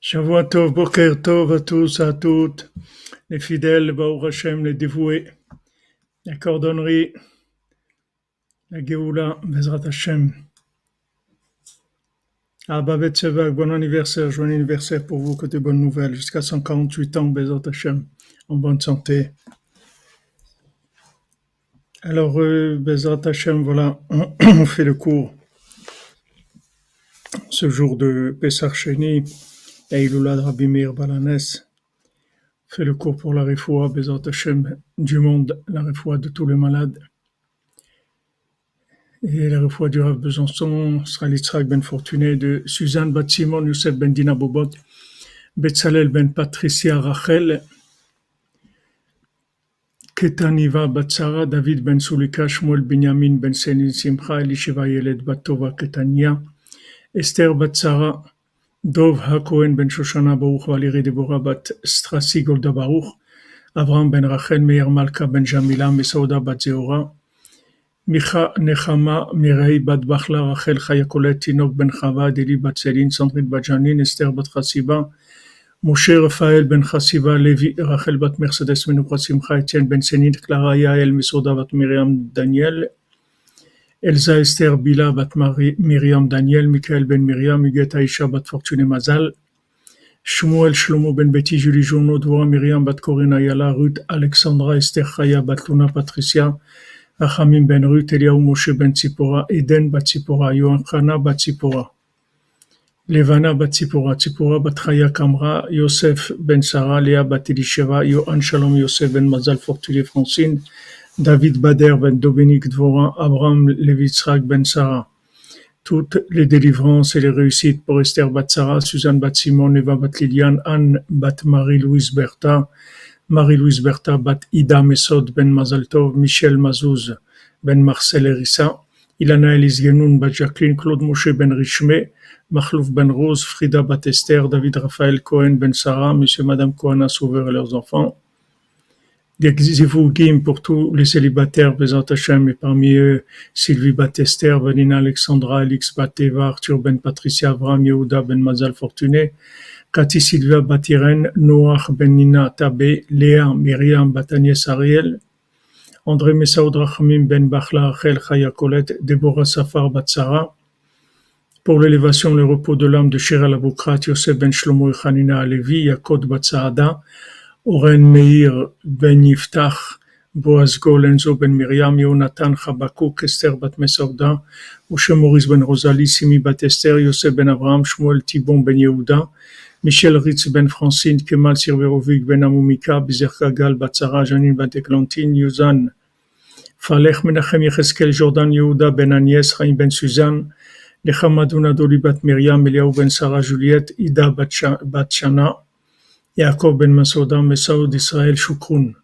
Shavua Tov, Boker Tov à tous, à toutes, les fidèles, Baruch Hashem, les dévoués, la cordonnerie, la Géoula, Bezrat Hashem. Abba Betsevak, bon anniversaire pour vous, que de bonnes nouvelles, jusqu'à 148 ans, Bezrat Hashem, en bonne santé. Alors, Bezrat Hashem, voilà, on fait le cours, ce jour de Pesach Sheni, la Iloula de Rabbi Meir Balanes, fait le cours pour la Refoua, Bezrat Hashem, du monde, la Refoua de tous les malades. Et la refoua du Rav Besançon, Sral Yitzhak ben Fortuné, de Suzanne bat Simon, Youssef ben Dina Bobot, Betzalel ben Patricia Rachel, Ketaniva bat Sarah, David ben Sulika, Shmuel Binyamin ben Senin Simcha, Elisheva Yeled bat Tova Ketania, Esther bat Sarah, Dov HaKohen ben Shoshana Baruch, Valérie Deborah bat Strassi Golda Baruch, Avraham ben Rachel, Meir Malka ben Jamila, Mesauda bat Zeora, Micha Nechama Mirei bat Bachla Rachel Chayakolet Tinok ben Chavad Eli bat Selin Sandrine bat Janine Esther bat Chassiba Moshe Raphaël ben Chassiba Levi Rachel bat Mercedes Menoucha Simcha Etienne ben Senin Clara Yael Mesoda bat Myriam Daniel Elsa Esther Bila bat Myriam Daniel Michael ben Myriam Huguette Aisha bat Fortune Mazal Shmuel Shlomo ben Betty Julie Journo Dvorah Myriam bat Corinne Ayala Ruth Alexandra Esther Chaya bat Luna Patricia Achamim ben Ruth, Eliaou Moshe ben Tzipora, Eden bat Tzipora, Yohanna bat Tzipora, Levana bat Tzipora, Tzipora bat Chaya Kamra, Yosef ben Sarah, Léa bat Elisheva, Yohan Shalom Yosef ben Mazal Fortuné Francine, David Bader ben Dominique Dvorin, Abraham Levitzrak ben Sarah. Toutes les délivrances et les réussites pour Esther bat Sarah, Suzanne bat Simon, Eva bat Liliane, Anne bat Marie-Louise Bertha, Marie-Louise Bertha bat Ida Mesod ben Mazaltov, Michel Mazouz ben Marcel Erissa, Ilana Elise Genoun bat Jacqueline, Claude Moshe ben Richmé, Mahlouf ben Rose, Frida bat Esther, David Raphaël Cohen ben Sarah, Monsieur et Madame Cohen Sauveur et leurs enfants. Des Zivougim pour tous les célibataires, Bezrat Hashem, et parmi eux Sylvie bat Esther, Vanina Alexandra, Alix bat Eva, Arthur ben Patricia, Abraham Yehuda ben Mazal Fortuné, Cathy Sylvia bat Irène, Noach ben Nina Tabé, Léa Myriam bat Agnès Ariel, André Messaoud Rachamim ben Bachla Rachel Chaya Colette, Déborah Safar bat Sarah. Pour l'élévation, le repos de l'âme de Shirel Aboukrat, Yosef ben Shlomo et Hanina Alevi, Yakod bat Saada, Oren Meir ben Yiftach, Boaz Gol, Enzo ben Miriam, Yonatan Chabakouk, Esther bat Mesauda, Moshe Maurice ben Rosalie, Simi bat Esther, Yosef ben Abraham, Shmuel Tibon ben Yehuda, Michel Ritz ben Francine, Kemal Sirverovic ben Amoumika, Bizer Kagal bat Sarah, Janine bat Eglantine, Yuzan, Falech Menachem Yecheskel, Jordan Yehuda ben Agnès, Chaim ben Suzanne, Nechamadouna Doli bat Myriam, Eliaou ben Sarah Juliette, Ida bat Shana, Yaakov ben Masouda, Mesaoud Israël Shukroun.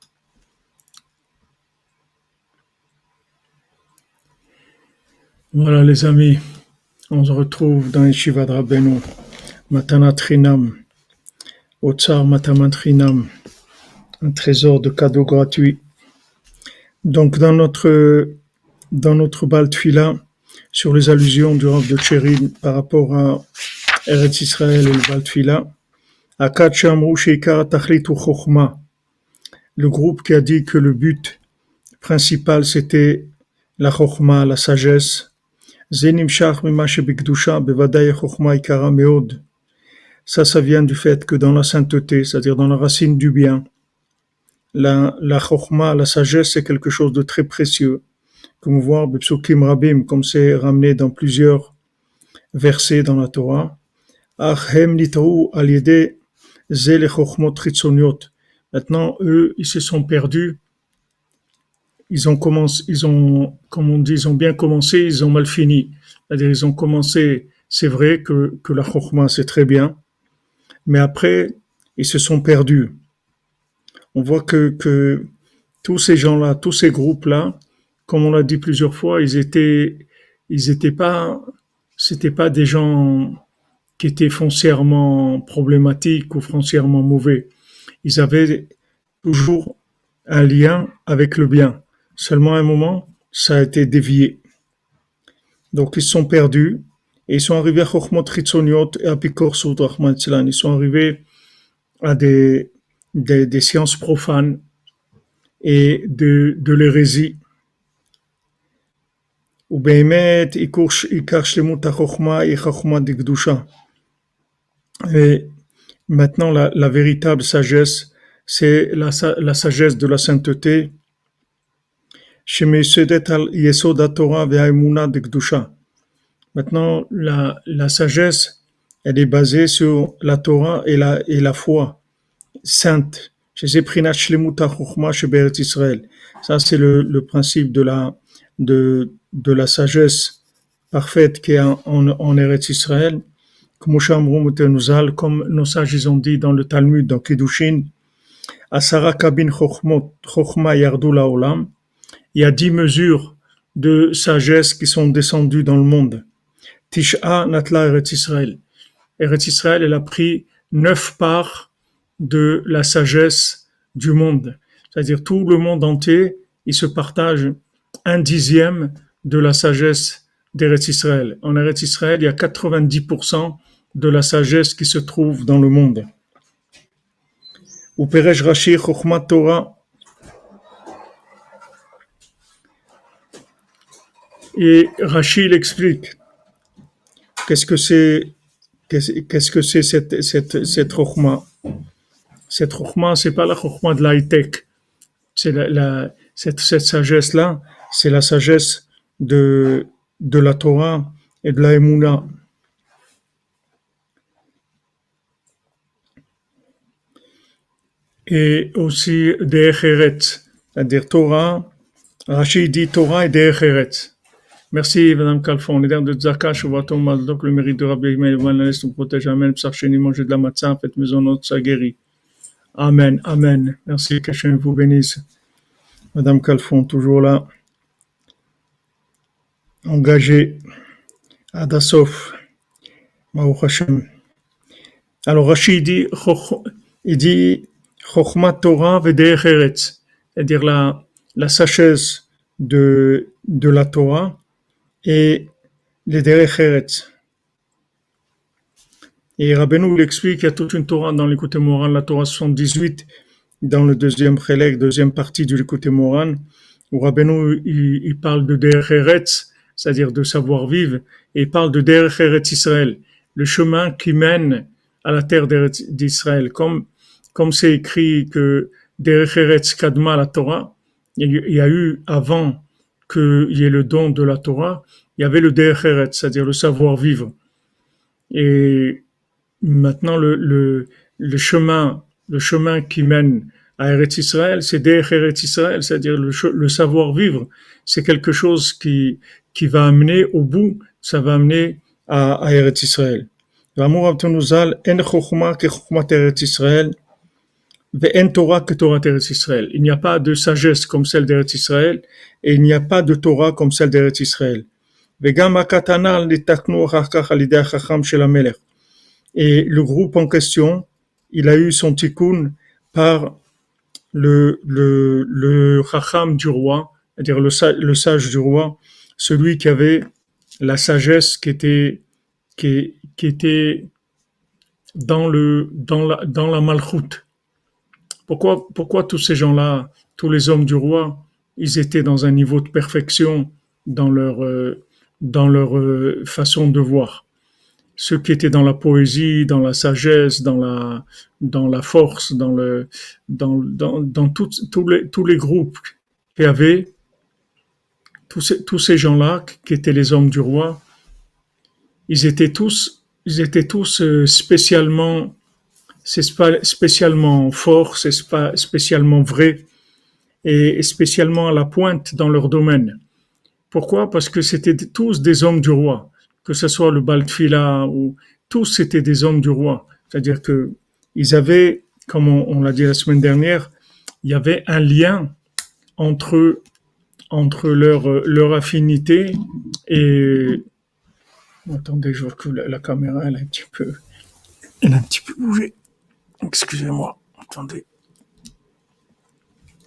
Voilà les amis, on se retrouve dans Yeshiva de Rabbeinu, Matanat Chinam, Otsar Matamat Chinam, un trésor de cadeaux gratuits. Donc dans notre Bal Tfila, sur les allusions du Rav de Tchérin par rapport à Eretz Israël et le Bal Tfila, Akad Shamru Sheikar Tachlit ou Chochma, le groupe qui a dit que le but principal c'était la Chochma, la sagesse. Zenim Shach Mima Shebikdusha Bevadai Chochma Ikara Meod. Ça vient du fait que dans la sainteté, c'est-à-dire dans la racine du bien, la Chochma, la sagesse, c'est quelque chose de très précieux. Comme vous voyez, Bepsukim Rabim, comme c'est ramené dans plusieurs versets dans la Torah. Achem Nitrou Aliede Zele Chochmot Tritzoniot. Maintenant, eux, ils se sont perdus. Ils ont, comme on dit, ils ont bien commencé, ils ont mal fini. C'est-à-dire, ils ont commencé, c'est vrai que la Chochma, c'est très bien, mais après, ils se sont perdus. On voit que tous ces gens-là, tous ces groupes-là, comme on l'a dit plusieurs fois, c'était pas des gens qui étaient foncièrement problématiques ou foncièrement mauvais. Ils avaient toujours un lien avec le bien. Seulement à un moment, ça a été dévié. Donc ils se sont perdus et ils sont arrivés à Chokhmot Chitzoniot et à Pikorsut Rahman Tzilan. Ils sont arrivés à des sciences profanes et de l'hérésie. ובאמת עיקר שלמות החוכמה היא חוכמה דקדושה. Et maintenant, la véritable sagesse, c'est la sagesse de la sainteté. שמיוסדת על יסוד התורה והאמונה דקדושה. Maintenant, la sagesse, elle est basée sur la Torah et la foi sainte. שזה בחינת שלמות החוכמה שבארץ ישראל. Ça, c'est le principe de la sagesse parfaite qui est en Eretz Israël. Comme nos sages ils ont dit dans le Talmud, dans Kiddushin, Asara kabin chokhma yardu laolam. Il y a 10 mesures de sagesse qui sont descendues dans le monde. Tish'a natla Eretz Israël. Eretz Israël, elle a pris 9 parts de la sagesse du monde. C'est-à-dire tout le monde entier, il se partage 1/10 de la sagesse d'Eretz Israël. En Eretz Israël, il y a 90% de la sagesse qui se trouve dans le monde. Ou Peresh Rashi Chokhmat Torah. Et Rashi il explique qu'est-ce que c'est cette Chokhma. Cette Chokhma, c'est pas la Chokhma de l'high-tech. C'est cette sagesse-là, c'est la sagesse de la Torah et de la Emouna. Et aussi Derech Eretz, c'est-à-dire Torah. Rashi dit Torah et Derech Eretz. Merci, Madame Kalfon. Les derniers de Tzaka, Shuvatom, donc le mérite de Rabbi Meir, nous protège. Amen. Psarcheni, mangez de la matzah, faites maison notre, ça guérit. Amen, amen. Merci, que Hachem vous bénisse. Madame Kalfon, toujours là, engagée, Adasof, Baruch Hashem. Alors, Rashi il dit Chokhmat Torah v'derech Eretz, c'est-à-dire la sagesse de la Torah et les derech Eretz. Et Rabbeinu l'explique, il y a toute une Torah dans l'écoute Moran, la Torah 78, dans le deuxième chélek, deuxième partie du l'écoute Moran, où Rabbeinu il parle de derech Eretz, c'est-à-dire de savoir-vivre, et il parle de derech Eretz Israël, le chemin qui mène à la terre d'Israël. Comme c'est écrit que derech Eretz kadma la Torah, il y a eu avant qu'il y ait le don de la Torah, il y avait le derech Eretz, c'est-à-dire le savoir-vivre. Et maintenant, le chemin qui mène à Eretz Israël, c'est derech Eretz Israël, c'est-à-dire le savoir-vivre. C'est quelque chose qui va amener au bout, ça va amener à Eretz Israël. L'amour abtenuzal, en chokhma ke chokhmat Eretz Israël, ve'en Torah que Torah d'Eretz Israël. Il n'y a pas de sagesse comme celle d'Eretz Israël, et il n'y a pas de Torah comme celle d'Eretz Israël. Ve'gam hakatana litaknu achar kach al yedei hachacham shel hamelech. Et le groupe en question, il a eu son tikkun par le chacham du roi, c'est-à-dire le sage du roi, celui qui avait la sagesse qui était dans la malchoute. Pourquoi tous ces gens-là, tous les hommes du roi, ils étaient dans un niveau de perfection dans leur façon de voir. Ceux qui étaient dans la poésie, dans la sagesse, dans la force, dans tous les groupes qu'il y avait, tous ces gens-là qui étaient les hommes du roi, ils étaient tous spécialement forts, c'est spécialement vrais et spécialement à la pointe dans leur domaine. Pourquoi? Parce que c'était tous des hommes du roi, que ce soit le Baal Tfila ou tous étaient des hommes du roi. C'est-à-dire que ils avaient, comme on l'a dit la semaine dernière, il y avait un lien entre leur affinité et attendez, je vois que la caméra elle a un petit peu bougé. Excusez-moi, attendez.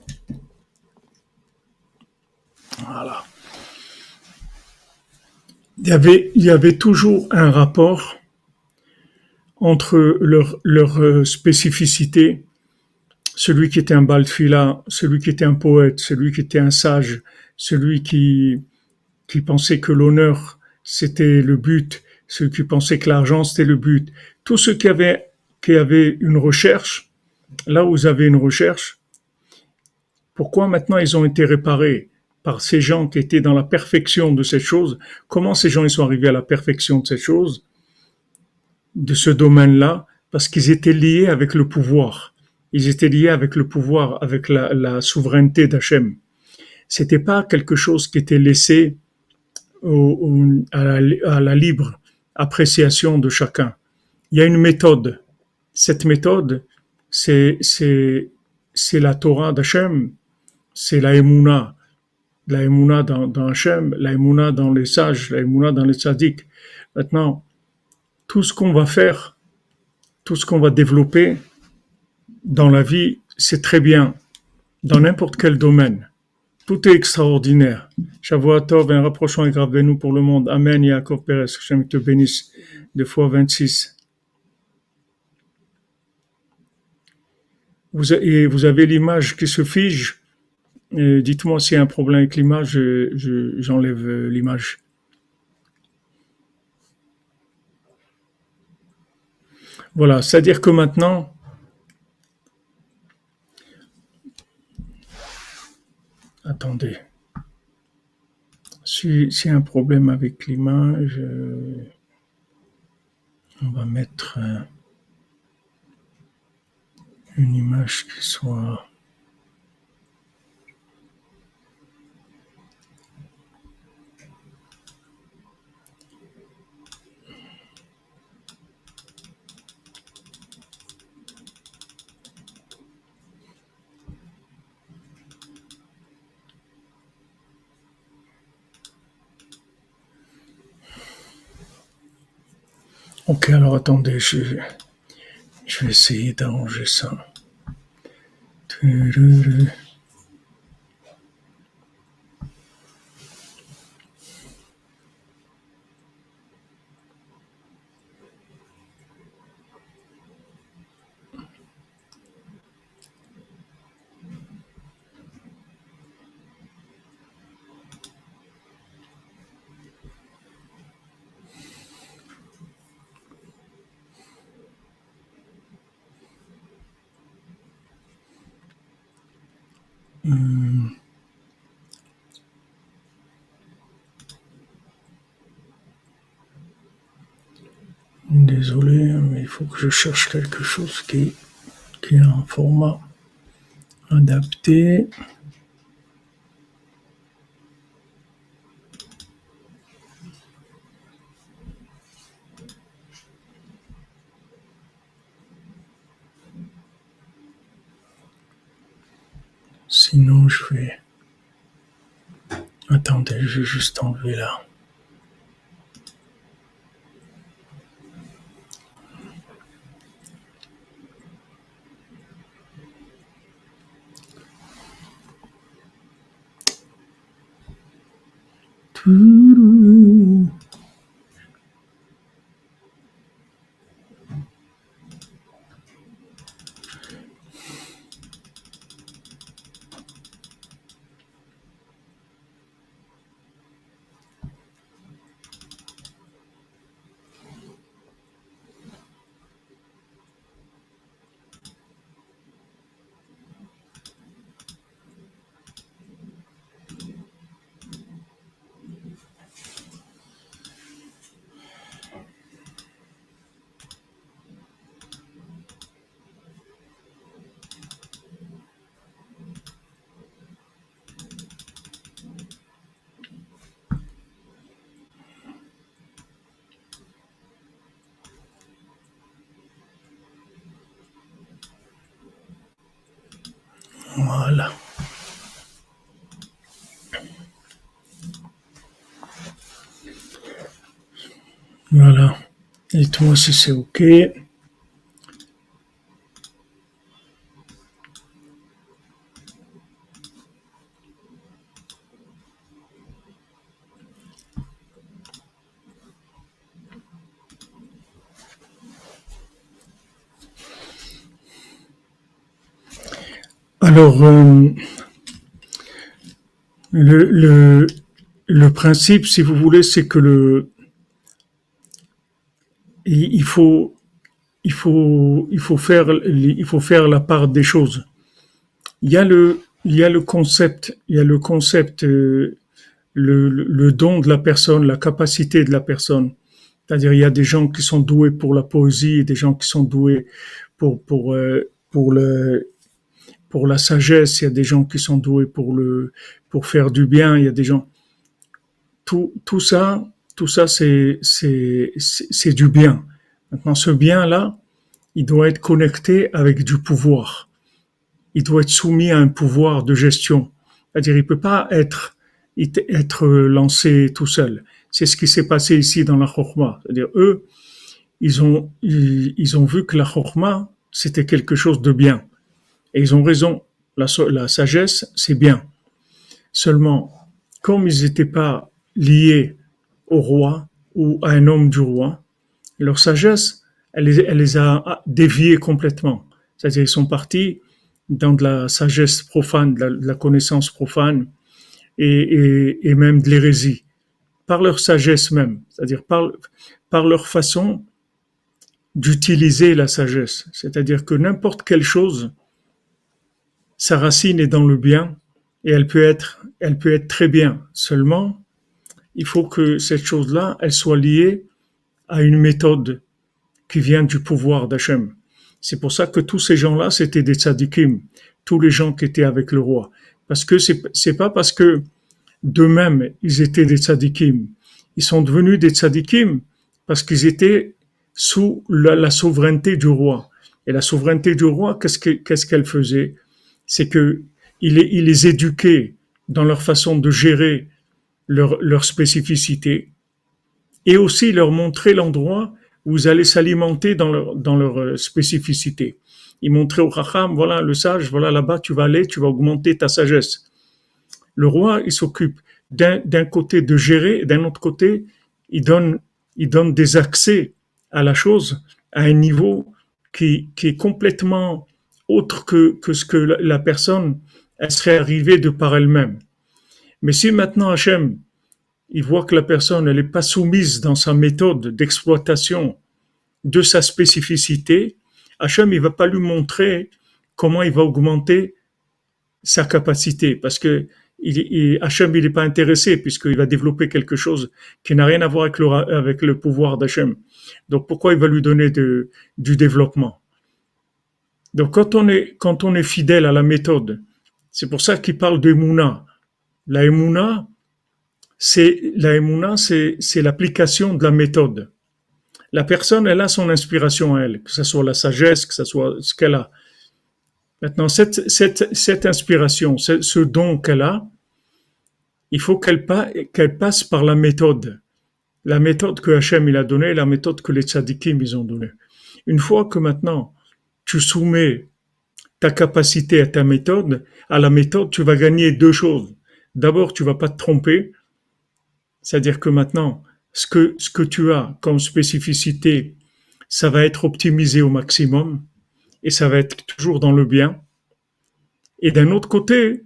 Voilà. il y avait toujours un rapport entre leur spécificité, celui qui était un baltfila, celui qui était un poète, celui qui était un sage, celui qui pensait que l'honneur c'était le but, ceux qui pensaient que l'argent c'était le but, tous ceux qui avaient une recherche, là où vous avez une recherche, pourquoi maintenant ils ont été réparés par ces gens qui étaient dans la perfection de cette chose? Comment ces gens ils sont arrivés à la perfection de cette chose, de ce domaine-là? Parce qu'ils étaient liés avec le pouvoir. Ils étaient liés avec le pouvoir, avec la souveraineté d'Hachem. C'était pas quelque chose qui était laissé à la libre appréciation de chacun. Il y a une méthode. Cette méthode, c'est la Torah d'Hachem, c'est la Emouna dans Hachem, la Emouna dans les sages, la Emouna dans les tzaddik. Maintenant, tout ce qu'on va faire, tout ce qu'on va développer dans la vie, c'est très bien, dans n'importe quel domaine. Tout est extraordinaire. Shavuot Tov, un rapprochement et nous pour le monde. Amen, Yaakov Pérez, que Hachem te bénisse. 2 fois 26. Vous avez l'image qui se fige. Dites-moi s'il y a un problème avec l'image, j'enlève l'image. Voilà, c'est-à-dire que maintenant, attendez, s'il y a un problème avec l'image, on va mettre une image qui soit... Ok, alors attendez, je vais essayer d'arranger ça. Désolé, mais il faut que je cherche quelque chose qui est en format adapté. Sinon, je vais... Attendez, je vais juste enlever là. Voilà. Voilà. Dites-moi si c'est OK. Alors, le, le, le principe, si vous voulez, c'est que il faut, il faut faire la part des choses. Il y a le concept, il y a le concept, le don de la personne, la capacité de la personne. C'est-à-dire, il y a des gens qui sont doués pour la poésie, et des gens qui sont doués pour pour la sagesse. Il y a des gens qui sont doués pour faire du bien. Il y a des gens, tout ça, c'est du bien. Maintenant, ce bien-là, il doit être connecté avec du pouvoir. Il doit être soumis à un pouvoir de gestion. C'est-à-dire, il peut pas être lancé tout seul. C'est ce qui s'est passé ici dans la Chokhmah. C'est-à-dire, eux, ils ont vu que la Chokhmah, c'était quelque chose de bien. Et ils ont raison. La sagesse, c'est bien. Seulement, comme ils n'étaient pas liés au roi ou à un homme du roi, leur sagesse, elle les a déviés complètement. C'est-à-dire, ils sont partis dans de la sagesse profane, de la connaissance profane et même de l'hérésie, par leur sagesse même, c'est-à-dire par leur façon d'utiliser la sagesse. C'est-à-dire que n'importe quelle chose, sa racine est dans le bien et elle peut être très bien. Seulement, il faut que cette chose-là, elle soit liée à une méthode qui vient du pouvoir d'Hachem. C'est pour ça que tous ces gens-là, c'était des tzadikim, tous les gens qui étaient avec le roi. Parce que c'est pas parce que d'eux-mêmes, ils étaient des tzadikim. Ils sont devenus des tzadikim parce qu'ils étaient sous la souveraineté du roi. Et la souveraineté du roi, qu'est-ce qu'elle faisait? C'est que il les éduquait dans leur façon de gérer leur spécificité et aussi leur montrer l'endroit où vous allez s'alimenter dans leur spécificité. Il montrait au Chacham, voilà le sage, voilà là-bas, tu vas aller, tu vas augmenter ta sagesse. Le roi, il s'occupe d'un côté de gérer, et d'un autre côté, il donne des accès à la chose à un niveau qui est complètement autre que ce que la personne, elle serait arrivée de par elle-même. Mais si maintenant Hachem, il voit que la personne, elle n'est pas soumise dans sa méthode d'exploitation de sa spécificité, Hachem, il va pas lui montrer comment il va augmenter sa capacité, parce que Hachem, il n'est pas intéressé, puisqu'il va développer quelque chose qui n'a rien à voir avec le pouvoir d'Hachem. Donc, pourquoi il va lui donner du développement? Donc, quand on est fidèle à la méthode, c'est pour ça qu'il parle d'Emouna. La Emouna, c'est l'application de la méthode. La personne, elle a son inspiration à elle, que ce soit la sagesse, que ce soit ce qu'elle a. Maintenant, cette inspiration, ce don qu'elle a, il faut qu'elle passe par la méthode. La méthode que Hachem il a donnée, la méthode que les tzadikim ils ont donnée. Une fois que maintenant, tu soumets ta capacité à la méthode, tu vas gagner deux choses. D'abord, tu vas pas te tromper, c'est-à-dire que maintenant, ce que tu as comme spécificité, ça va être optimisé au maximum et ça va être toujours dans le bien. Et d'un autre côté,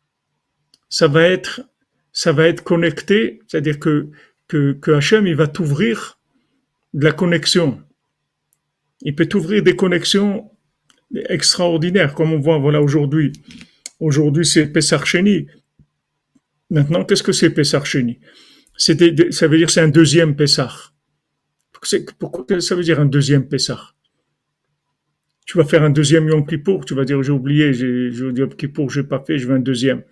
ça va être, ça va être connecté, c'est-à-dire que Hachem, il va t'ouvrir de la connexion. Il peut t'ouvrir des connexions extraordinaires, comme on voit, voilà, aujourd'hui. Aujourd'hui, c'est Pessar Sheni. Maintenant, qu'est-ce que c'est Pessar Sheni? Ça veut dire que c'est un deuxième Pessar. Pourquoi ça veut dire un deuxième Pessah? Tu vas faire un deuxième Yom Kippour, tu vas dire j'ai oublié, Yom Kippour, j'ai pas fait, je veux un deuxième.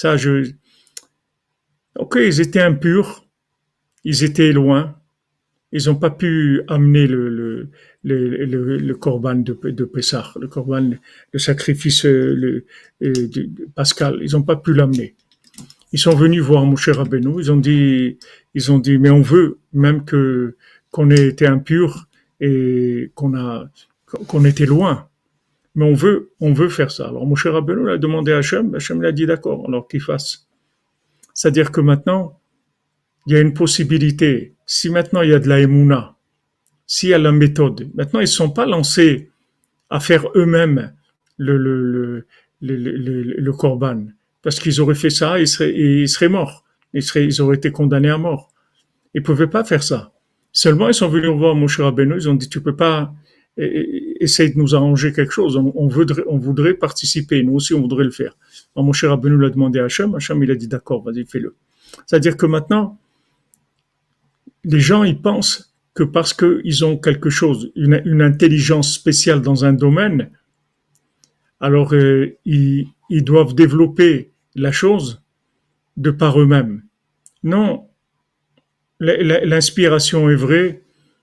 Ok, ils étaient impurs, ils étaient loin, ils n'ont pas pu amener le korban de Pessah, le korban, le sacrifice pascal, ils n'ont pas pu l'amener. Ils sont venus voir Moshe Rabbeinu, ils ont dit, mais on veut même qu'on ait été impurs et qu'on était loin. Mais on veut faire ça. Alors Moshe Rabbeinu a demandé à Hachem, Hachem l'a dit d'accord, alors qu'il fasse. C'est-à-dire que maintenant, il y a une possibilité. Si maintenant il y a de la émouna, s'il y a la méthode, maintenant ils ne sont pas lancés à faire eux-mêmes le korban. Parce qu'ils auraient fait ça, ils seraient morts. Ils auraient été condamnés à mort. Ils pouvaient pas faire ça. Seulement, ils sont venus voir Moshe Rabbeinu, ils ont dit, tu peux pas essayer de nous arranger quelque chose. On voudrait participer. Nous aussi, on voudrait le faire. Alors, Moshe Rabbeinu l'a demandé à Hachem. Hachem, il a dit, d'accord, vas-y, fais-le. C'est-à-dire que maintenant, les gens, ils pensent que parce qu'ils ont quelque chose, une intelligence spéciale dans un domaine, alors ils doivent développer la chose de par eux-mêmes. Non, l'inspiration est vraie,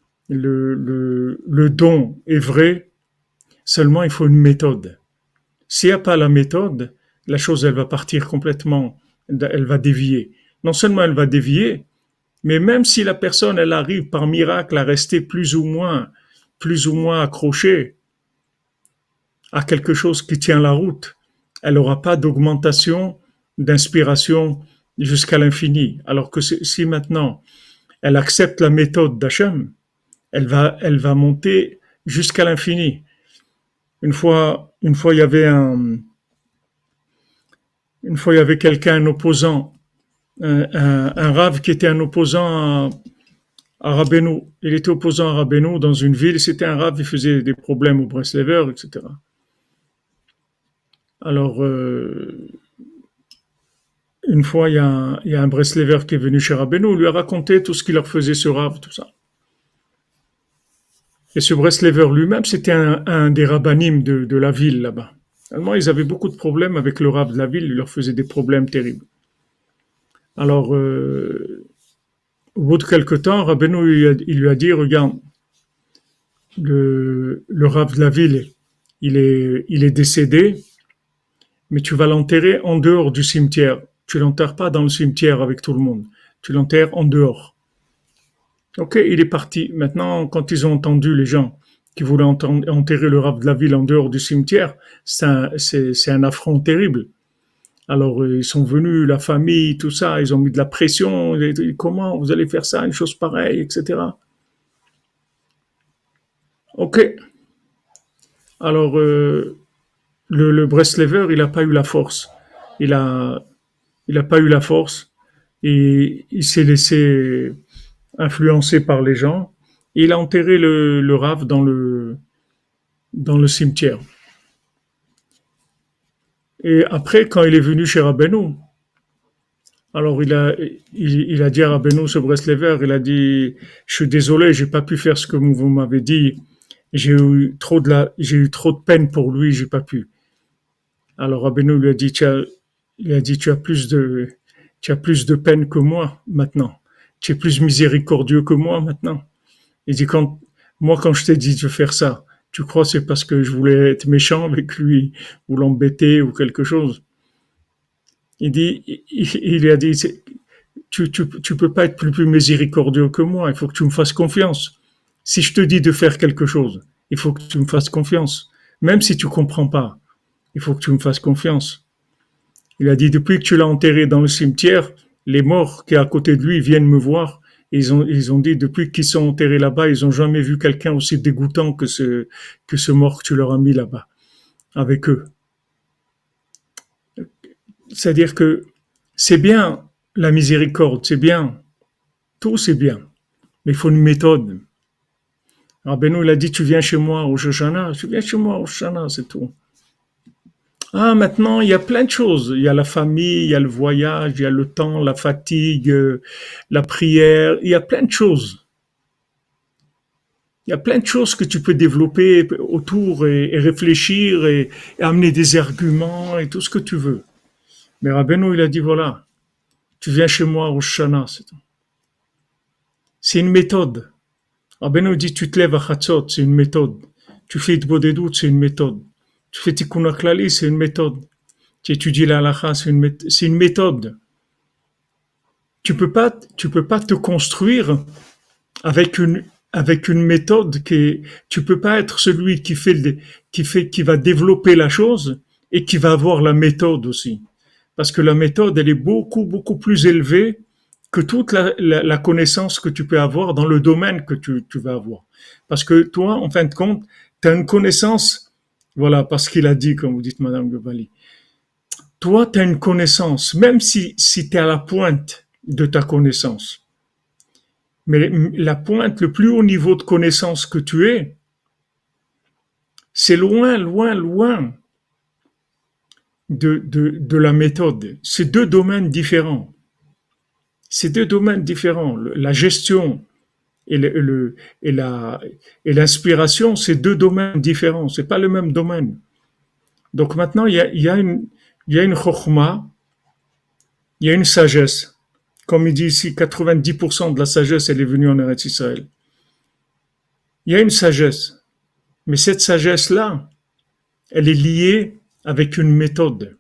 le don est vrai, seulement il faut une méthode. S'il n'y a pas la méthode, la chose, elle va partir complètement, elle va dévier. Non seulement elle va dévier, mais même si la personne, elle arrive par miracle à rester plus ou moins accrochée à quelque chose qui tient la route, elle n'aura pas d'augmentation, d'inspiration jusqu'à l'infini. Alors que si maintenant elle accepte la méthode d'Hachem, elle va monter jusqu'à l'infini. Une fois, il y avait quelqu'un, un opposant, un rave qui était un opposant à Rabbeinu. Il était opposant à Rabbeinu dans une ville. C'était un rave, il faisait des problèmes au Breslever, etc. Alors, une fois, il y a un Breslever qui est venu chez Rabbeinu, il lui a raconté tout ce qu'il leur faisait ce rave, tout ça. Et ce Breslever lui-même, c'était un des rabbinim de la ville là-bas. Allemand, ils avaient beaucoup de problèmes avec le rave de la ville, il leur faisait des problèmes terribles. Alors, au bout de quelque temps, Rabbeinu il lui a dit, regarde, le rave de la ville, il est décédé, mais tu vas l'enterrer en dehors du cimetière. Tu l'enterres pas dans le cimetière avec tout le monde. Tu l'enterres en dehors. Ok, il est parti. Maintenant, quand ils ont entendu les gens qui voulaient enterrer le rave de la ville en dehors du cimetière, c'est un affront terrible. Alors, ils sont venus, la famille, tout ça, ils ont mis de la pression. Comment vous allez faire ça, une chose pareille, etc. Ok. Alors, le Breslever, il n'a pas eu la force. Il a, il a pas eu la force et il s'est laissé influencé par les gens. Et il a enterré le rave dans le cimetière. Et après, quand il est venu chez Rabbeinu, alors il a dit à Rabbeinu, ce Breslever, il a dit, je suis désolé, j'ai pas pu faire ce que vous m'avez dit. J'ai eu trop de peine pour lui, j'ai pas pu. Alors Rabbeinu lui a dit, tu as plus de peine que moi maintenant. Tu es plus miséricordieux que moi maintenant. Il dit, quand je t'ai dit de faire ça, tu crois que c'est parce que je voulais être méchant avec lui ou l'embêter ou quelque chose. Il a dit, tu peux pas être plus miséricordieux que moi. Il faut que tu me fasses confiance. Si je te dis de faire quelque chose, il faut que tu me fasses confiance. Même si tu comprends pas, il faut que tu me fasses confiance. Il a dit, depuis que tu l'as enterré dans le cimetière, les morts qui sont à côté de lui viennent me voir. Et ils ont dit, depuis qu'ils sont enterrés là-bas, ils ont jamais vu quelqu'un aussi dégoûtant que ce mort que tu leur as mis là-bas, avec eux. C'est-à-dire que c'est bien la miséricorde, c'est bien, tout c'est bien, mais il faut une méthode. Rabbeinu, il a dit, tu viens chez moi au Shoshana, c'est tout. Ah, maintenant, il y a plein de choses. Il y a la famille, il y a le voyage, il y a le temps, la fatigue, la prière. Il y a plein de choses. Il y a plein de choses que tu peux développer autour et réfléchir et amener des arguments et tout ce que tu veux. Mais Rabbeinu, il a dit, voilà, tu viens chez moi au Shana, c'est tout. C'est une méthode. Rabbeinu dit, tu te lèves à Chatzot, c'est une méthode. Tu fais Itbodedut, c'est une méthode. Tu fais Tikkun HaKlali, c'est une méthode. Tu étudies la halakha, c'est une méthode. Tu peux pas te construire avec une méthode tu peux pas être celui qui va développer la chose et qui va avoir la méthode aussi. Parce que la méthode, elle est beaucoup, beaucoup plus élevée que toute la connaissance que tu peux avoir dans le domaine que tu vas avoir. Parce que toi, en fin de compte, tu as une connaissance, voilà, parce qu'il a dit, comme vous dites, Madame Gobali, Toi, tu as une connaissance, même si tu es à la pointe de ta connaissance. Mais la pointe, le plus haut niveau de connaissance que tu es, c'est loin, loin, loin de la méthode. C'est deux domaines différents. C'est deux domaines différents. La gestion et, et l'inspiration, c'est deux domaines différents. C'est pas le même domaine. Donc maintenant, il y a une chokhma, il y a une sagesse. Comme il dit ici, 90% de la sagesse, elle est venue en Eretz Israël. Il y a une sagesse. Mais cette sagesse-là, elle est liée avec une méthode.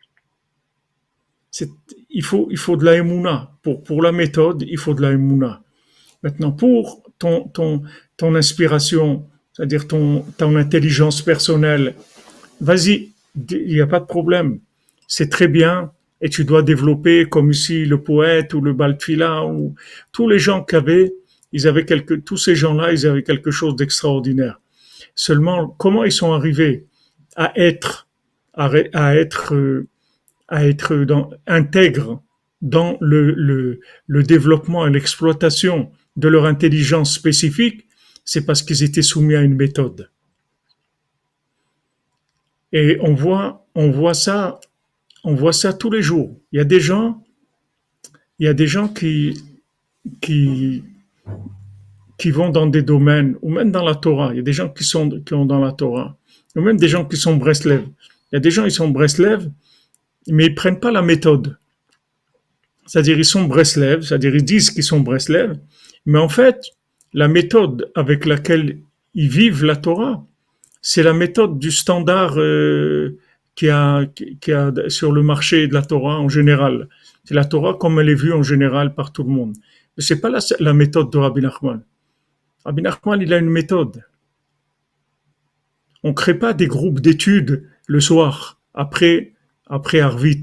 Il faut de la émouna. Pour la méthode, il faut de la émouna. Maintenant, pour ton inspiration, c'est-à-dire ton intelligence personnelle, vas-y, il n'y a pas de problème. C'est très bien et tu dois développer, comme ici le poète ou le Baltfila ou tous les gens tous ces gens-là, ils avaient quelque chose d'extraordinaire. Seulement, comment ils sont arrivés à être, à être intègres dans le développement et l'exploitation de leur intelligence spécifique, c'est parce qu'ils étaient soumis à une méthode. Et on voit ça tous les jours. Il y a des gens qui, qui vont dans des domaines, ou même dans la Torah. Il y a des gens qui sont dans la Torah, ou même des gens qui sont Breslev. Il y a des gens qui sont Breslev, mais ils prennent pas la méthode. C'est-à-dire, ils sont Breslev, c'est-à-dire, ils disent qu'ils sont Breslev, mais en fait, la méthode avec laquelle ils vivent la Torah, c'est la méthode du standard qu'il y a sur le marché de la Torah en général. C'est la Torah comme elle est vue en général par tout le monde. Mais c'est pas la méthode de Rabbi Nachman. Rabbi Nachman, il a une méthode. On crée pas des groupes d'études le soir, après Arvit.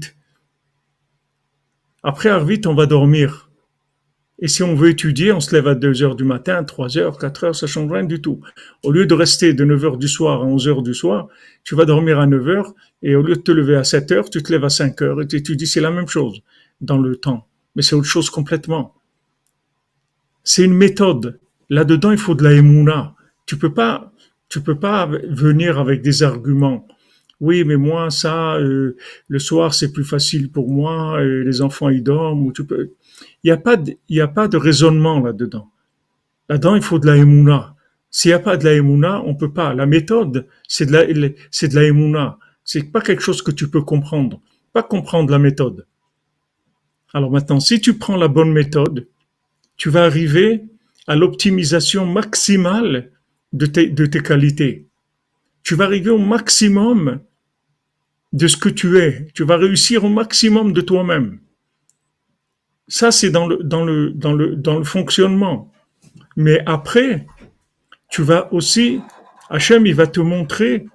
Après Arvit, on va dormir. Et si on veut étudier, on se lève à 2 heures du matin, 3 heures, 4 heures, ça change rien du tout. Au lieu de rester de 9 heures du soir à 11 heures du soir, tu vas dormir à 9 heures et au lieu de te lever à 7 heures, tu te lèves à 5 heures et tu étudies. C'est la même chose dans le temps. Mais c'est autre chose complètement. C'est une méthode. Là-dedans, il faut de la émouna. Tu peux pas venir avec des arguments. Oui, mais moi, ça, le soir, c'est plus facile pour moi, les enfants, ils dorment, ou tu peux. Il y a pas de raisonnement là-dedans. Là-dedans, il faut de la émouna. S'il n'y a pas de la émouna, on peut pas. La méthode, c'est de la émouna. C'est pas quelque chose que tu peux comprendre. Pas comprendre la méthode. Alors maintenant, si tu prends la bonne méthode, tu vas arriver à l'optimisation maximale de tes qualités. Tu vas arriver au maximum de ce que tu es. Tu vas réussir au maximum de toi-même. Ça, c'est dans le fonctionnement. Mais après, tu vas aussi, Hachem, il va te montrer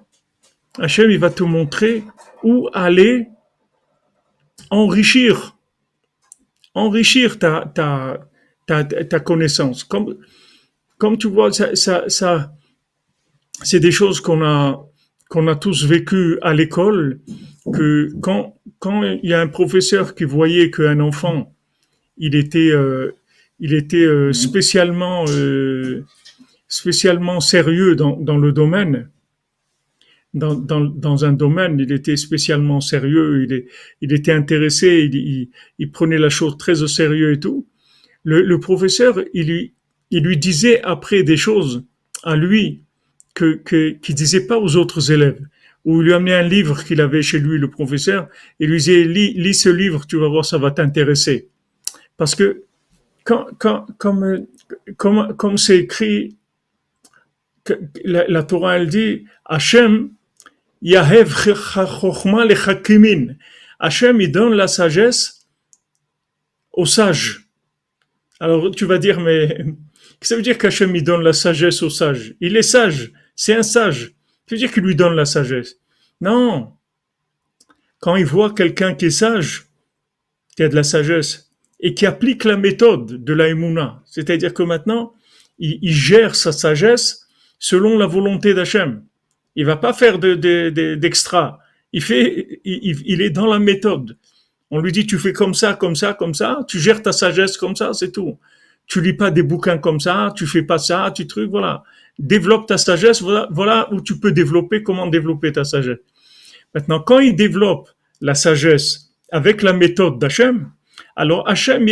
où aller enrichir ta connaissance. Comme tu vois, ça, c'est des choses qu'on a tous vécues à l'école, que quand il y a un professeur qui voyait qu'un enfant, il était, spécialement sérieux dans le domaine, dans un domaine, il était spécialement sérieux, il était intéressé, il prenait la chose très au sérieux et tout. Le professeur, il lui disait après des choses à lui qu'il disait pas aux autres élèves. Ou il lui amenait un livre qu'il avait chez lui, le professeur, et lui disait, lis ce livre, tu vas voir, ça va t'intéresser. Parce que, comme c'est écrit, la Torah, elle dit, Hachem, Yahev chokhma lechakimin. Hachem, il donne la sagesse aux sages. Alors, tu vas dire, mais, qu'est-ce que ça veut dire qu'Hachem, il donne la sagesse aux sages? Il est sage. C'est un sage. Ça veut dire qu'il lui donne la sagesse. Non. Quand il voit quelqu'un qui est sage, qui a de la sagesse, et qui applique la méthode de la Emouna, c'est-à-dire que maintenant, il gère sa sagesse selon la volonté d'Hachem. Il va pas faire d'extra. Il est dans la méthode. On lui dit, tu fais comme ça, comme ça, comme ça, tu gères ta sagesse comme ça, c'est tout. Tu lis pas des bouquins comme ça, tu fais pas ça, tu trucs, voilà. Développe ta sagesse, voilà où tu peux développer, comment développer ta sagesse. Maintenant, quand il développe la sagesse avec la méthode d'Hachem, alors Hachem,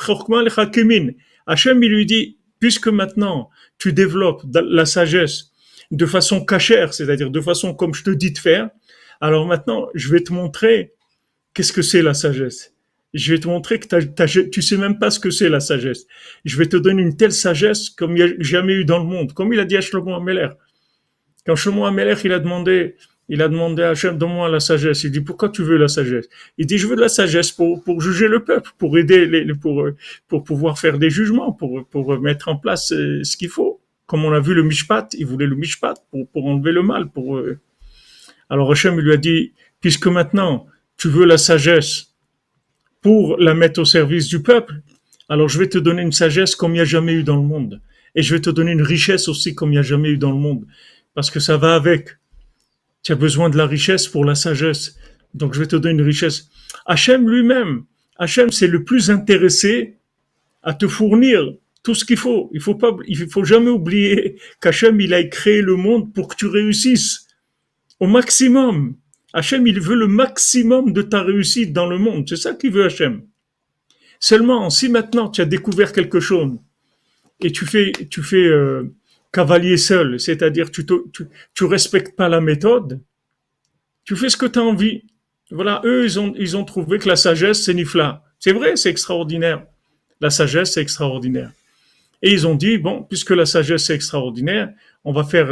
Hachem, il lui dit, puisque maintenant tu développes la sagesse de façon cachère, c'est-à-dire de façon comme je te dis de faire, alors maintenant, je vais te montrer qu'est-ce que c'est la sagesse. Je vais te montrer que tu sais même pas ce que c'est la sagesse. Je vais te donner une telle sagesse comme il n'y a jamais eu dans le monde. Comme il a dit à Shlomo HaMelech. Quand Shlomo HaMelech, il a demandé à Hachem, donne-moi la sagesse. Il dit, pourquoi tu veux la sagesse? Il dit, je veux de la sagesse pour juger le peuple, pour aider, pour pouvoir faire des jugements, pour mettre en place ce qu'il faut. Comme on a vu le Mishpat, il voulait le Mishpat pour enlever le mal. Alors Hachem lui a dit, puisque maintenant tu veux la sagesse pour la mettre au service du peuple, alors je vais te donner une sagesse comme il n'y a jamais eu dans le monde. Et je vais te donner une richesse aussi comme il n'y a jamais eu dans le monde. Parce que ça va avec. Tu as besoin de la richesse pour la sagesse. Donc je vais te donner une richesse. Hachem lui-même, Hachem c'est le plus intéressé à te fournir tout ce qu'il faut. Il faut jamais oublier qu'Hachem il a créé le monde pour que tu réussisses au maximum. Hachem, il veut le maximum de ta réussite dans le monde. C'est ça qu'il veut Hachem. Seulement, si maintenant tu as découvert quelque chose et tu fais cavalier seul, c'est-à-dire tu respectes pas la méthode, tu fais ce que tu as envie. Voilà, eux, ils ont trouvé que la sagesse, c'est nifla. C'est vrai, c'est extraordinaire. La sagesse, c'est extraordinaire. Et ils ont dit, bon, puisque la sagesse, c'est extraordinaire, on va faire,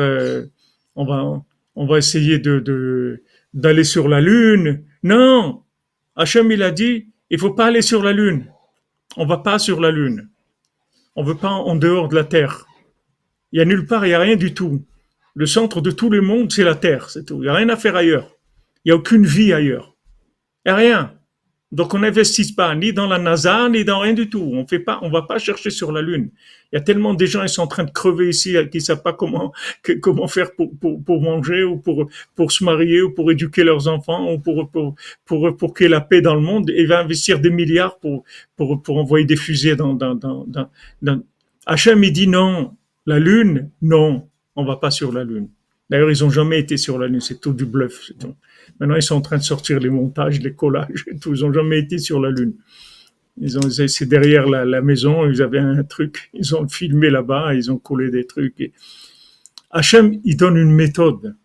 on va essayer d'aller sur la Lune. Non! Hachem, il a dit, il faut pas aller sur la Lune. On va pas sur la Lune. On veut pas en dehors de la Terre. Il y a nulle part, il y a rien du tout. Le centre de tout le monde, c'est la Terre, c'est tout. Il y a rien à faire ailleurs. Il y a aucune vie ailleurs. Il y a rien. Donc on n'investit pas ni dans la NASA, ni dans rien du tout. On va pas chercher sur la Lune. Il y a tellement de gens, ils sont en train de crever ici, qui savent pas comment faire pour manger ou pour se marier ou pour éduquer leurs enfants ou pour qu'il y ait la paix dans le monde. Et va investir des milliards pour envoyer des fusées dans. Hachem, il dit non. La Lune, non. On va pas sur la Lune. D'ailleurs, ils ont jamais été sur la Lune. C'est tout du bluff. C'est tout. Maintenant, ils sont en train de sortir les montages, les collages et tout. Ils n'ont jamais été sur la Lune. C'est derrière la maison, ils avaient un truc. Ils ont filmé là-bas, ils ont collé des trucs. Et Hachem, il donne une méthode.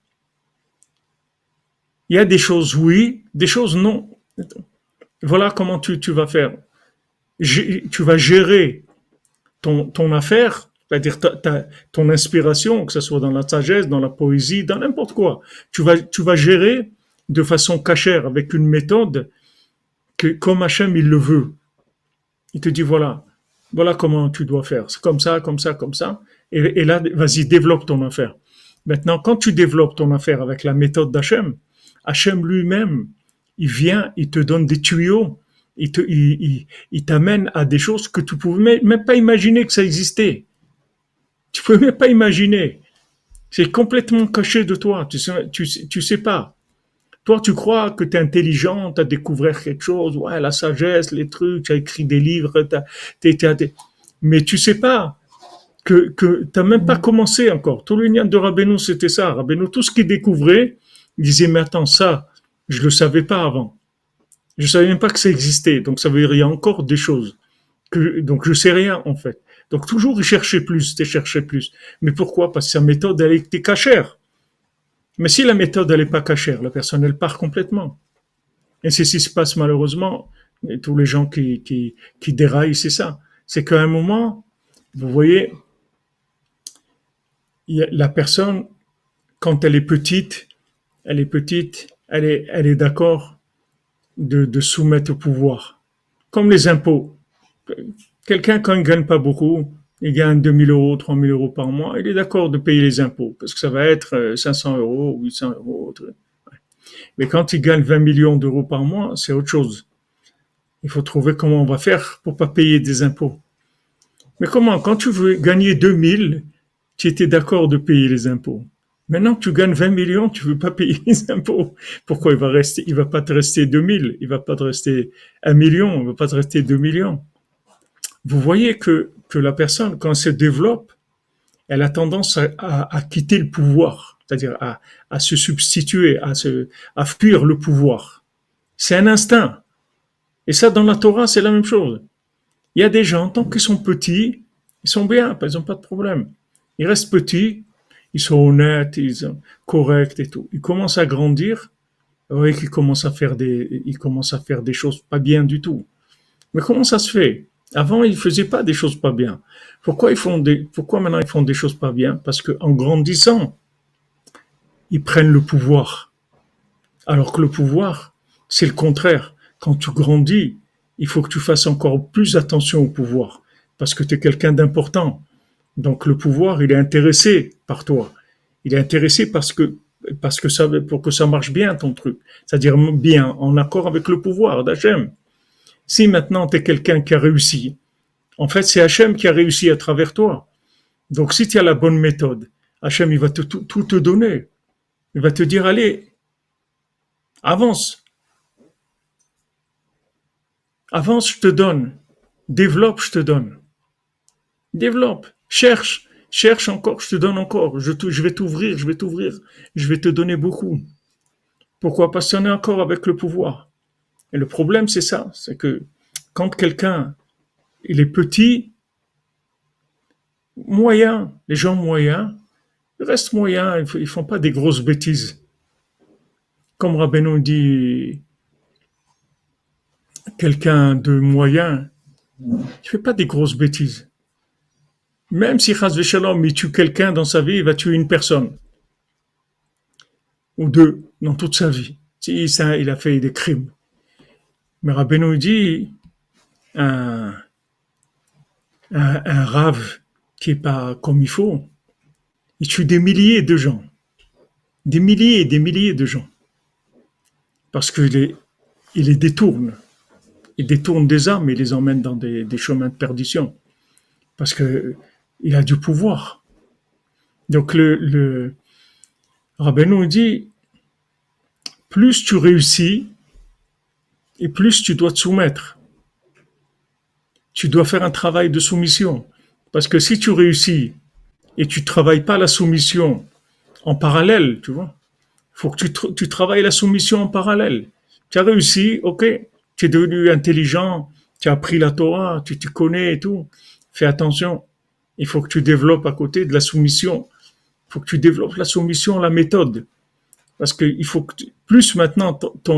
Il y a des choses oui, des choses non. Voilà comment tu vas faire. Tu vas gérer ton affaire, c'est-à-dire ton inspiration, que ce soit dans la sagesse, dans la poésie, dans n'importe quoi. Tu vas gérer de façon cachère, avec une méthode que comme Hachem il le veut. Il te dit voilà comment tu dois faire. C'est comme ça, comme ça, comme ça. Et là, vas-y, développe ton affaire. Maintenant, quand tu développes ton affaire avec la méthode d'Hachem, Hachem lui-même, il vient, il te donne des tuyaux, il t'amène à des choses que tu pouvais même pas imaginer que ça existait. Tu pouvais même pas imaginer. C'est complètement caché de toi. Tu sais pas. Toi, tu crois que tu es intelligent, tu as découvert quelque chose, ouais, la sagesse, les trucs, tu as écrit des livres, mais tu sais pas que tu n'as même pas commencé encore. Tout l'union de Rabbeinu, c'était ça. Rabbeinu, tout ce qu'il découvrait, il disait, mais attends, ça, je le savais pas avant. Je savais même pas que ça existait. Donc, ça veut dire, il y a encore des choses. Donc, je sais rien, en fait. Donc, toujours, il cherchait plus, plus. Mais pourquoi? Parce que sa méthode, elle était cachère. Mais si la méthode, elle n'est pas cachère, la personne, elle part complètement. Et c'est ce qui se passe malheureusement. Et tous les gens qui déraillent, c'est ça. C'est qu'à un moment, vous voyez, la personne, quand elle est petite, elle est d'accord de soumettre au pouvoir. Comme les impôts. Quelqu'un, quand il ne gagne pas beaucoup, il gagne 2 000 euros, 3 000 euros par mois, il est d'accord de payer les impôts, parce que ça va être 500 euros, 800 euros. Mais quand il gagne 20 millions d'euros par mois, c'est autre chose. Il faut trouver comment on va faire pour pas payer des impôts. Mais comment? Quand tu veux gagner 2 000, tu étais d'accord de payer les impôts. Maintenant que tu gagnes 20 millions, tu veux pas payer les impôts. Pourquoi il va pas te rester 2000, il va pas te rester 1 million, il va pas te rester 2 millions. Vous voyez que la personne, quand elle se développe, elle a tendance à quitter le pouvoir, c'est-à-dire à se substituer, à fuir le pouvoir. C'est un instinct. Et ça, dans la Torah, c'est la même chose. Il y a des gens, tant qu'ils sont petits, ils sont bien, ils n'ont pas de problème. Ils restent petits, ils sont honnêtes, ils sont corrects et tout. Ils commencent à grandir, oui, ils commencent à faire des choses pas bien du tout. Mais comment ça se fait? Avant, ils faisaient pas des choses pas bien. Pourquoi maintenant ils font des choses pas bien? Parce que en grandissant, ils prennent le pouvoir. Alors que le pouvoir, c'est le contraire. Quand tu grandis, il faut que tu fasses encore plus attention au pouvoir. Parce que tu es quelqu'un d'important. Donc le pouvoir, il est intéressé par toi. Il est intéressé pour que ça marche bien ton truc. C'est-à-dire bien, en accord avec le pouvoir d'Hachem. Si maintenant tu es quelqu'un qui a réussi, en fait c'est Hachem qui a réussi à travers toi. Donc si tu as la bonne méthode, Hachem il va tout te donner. Il va te dire allez, avance, avance, je te donne. Développe, je te donne. Développe, cherche encore, je te donne encore. Je vais t'ouvrir, je vais te donner beaucoup. Pourquoi? Parce qu'on est encore avec le pouvoir. Et le problème, c'est ça, c'est que quand quelqu'un, il est petit, moyen, les gens moyens, ils restent moyens, ils font pas des grosses bêtises. Comme Rabbeinu dit, quelqu'un de moyen, il fait pas des grosses bêtises. Même si Chas Shalom, il tue quelqu'un dans sa vie, il va tuer une personne. Ou deux, dans toute sa vie. Si ça, il a fait des crimes. Mais Rabbeinu dit, un, un rave qui est pas comme il faut, il tue des milliers de gens. Des milliers et des milliers de gens. Parce il les détourne. Il détourne des âmes et les emmène dans des chemins de perdition. Parce que il a du pouvoir. Donc le Rabbeinu dit, plus tu réussis et plus tu dois te soumettre. Tu dois faire un travail de soumission. Parce que si tu réussis et tu ne travailles pas la soumission en parallèle, tu vois, il faut que tu travailles la soumission en parallèle. Tu as réussi, ok, tu es devenu intelligent, tu as appris la Torah, tu connais et tout. Fais attention. Il faut que tu développes à côté de la soumission. Il faut que tu développes la soumission, la méthode. Parce que il faut que plus maintenant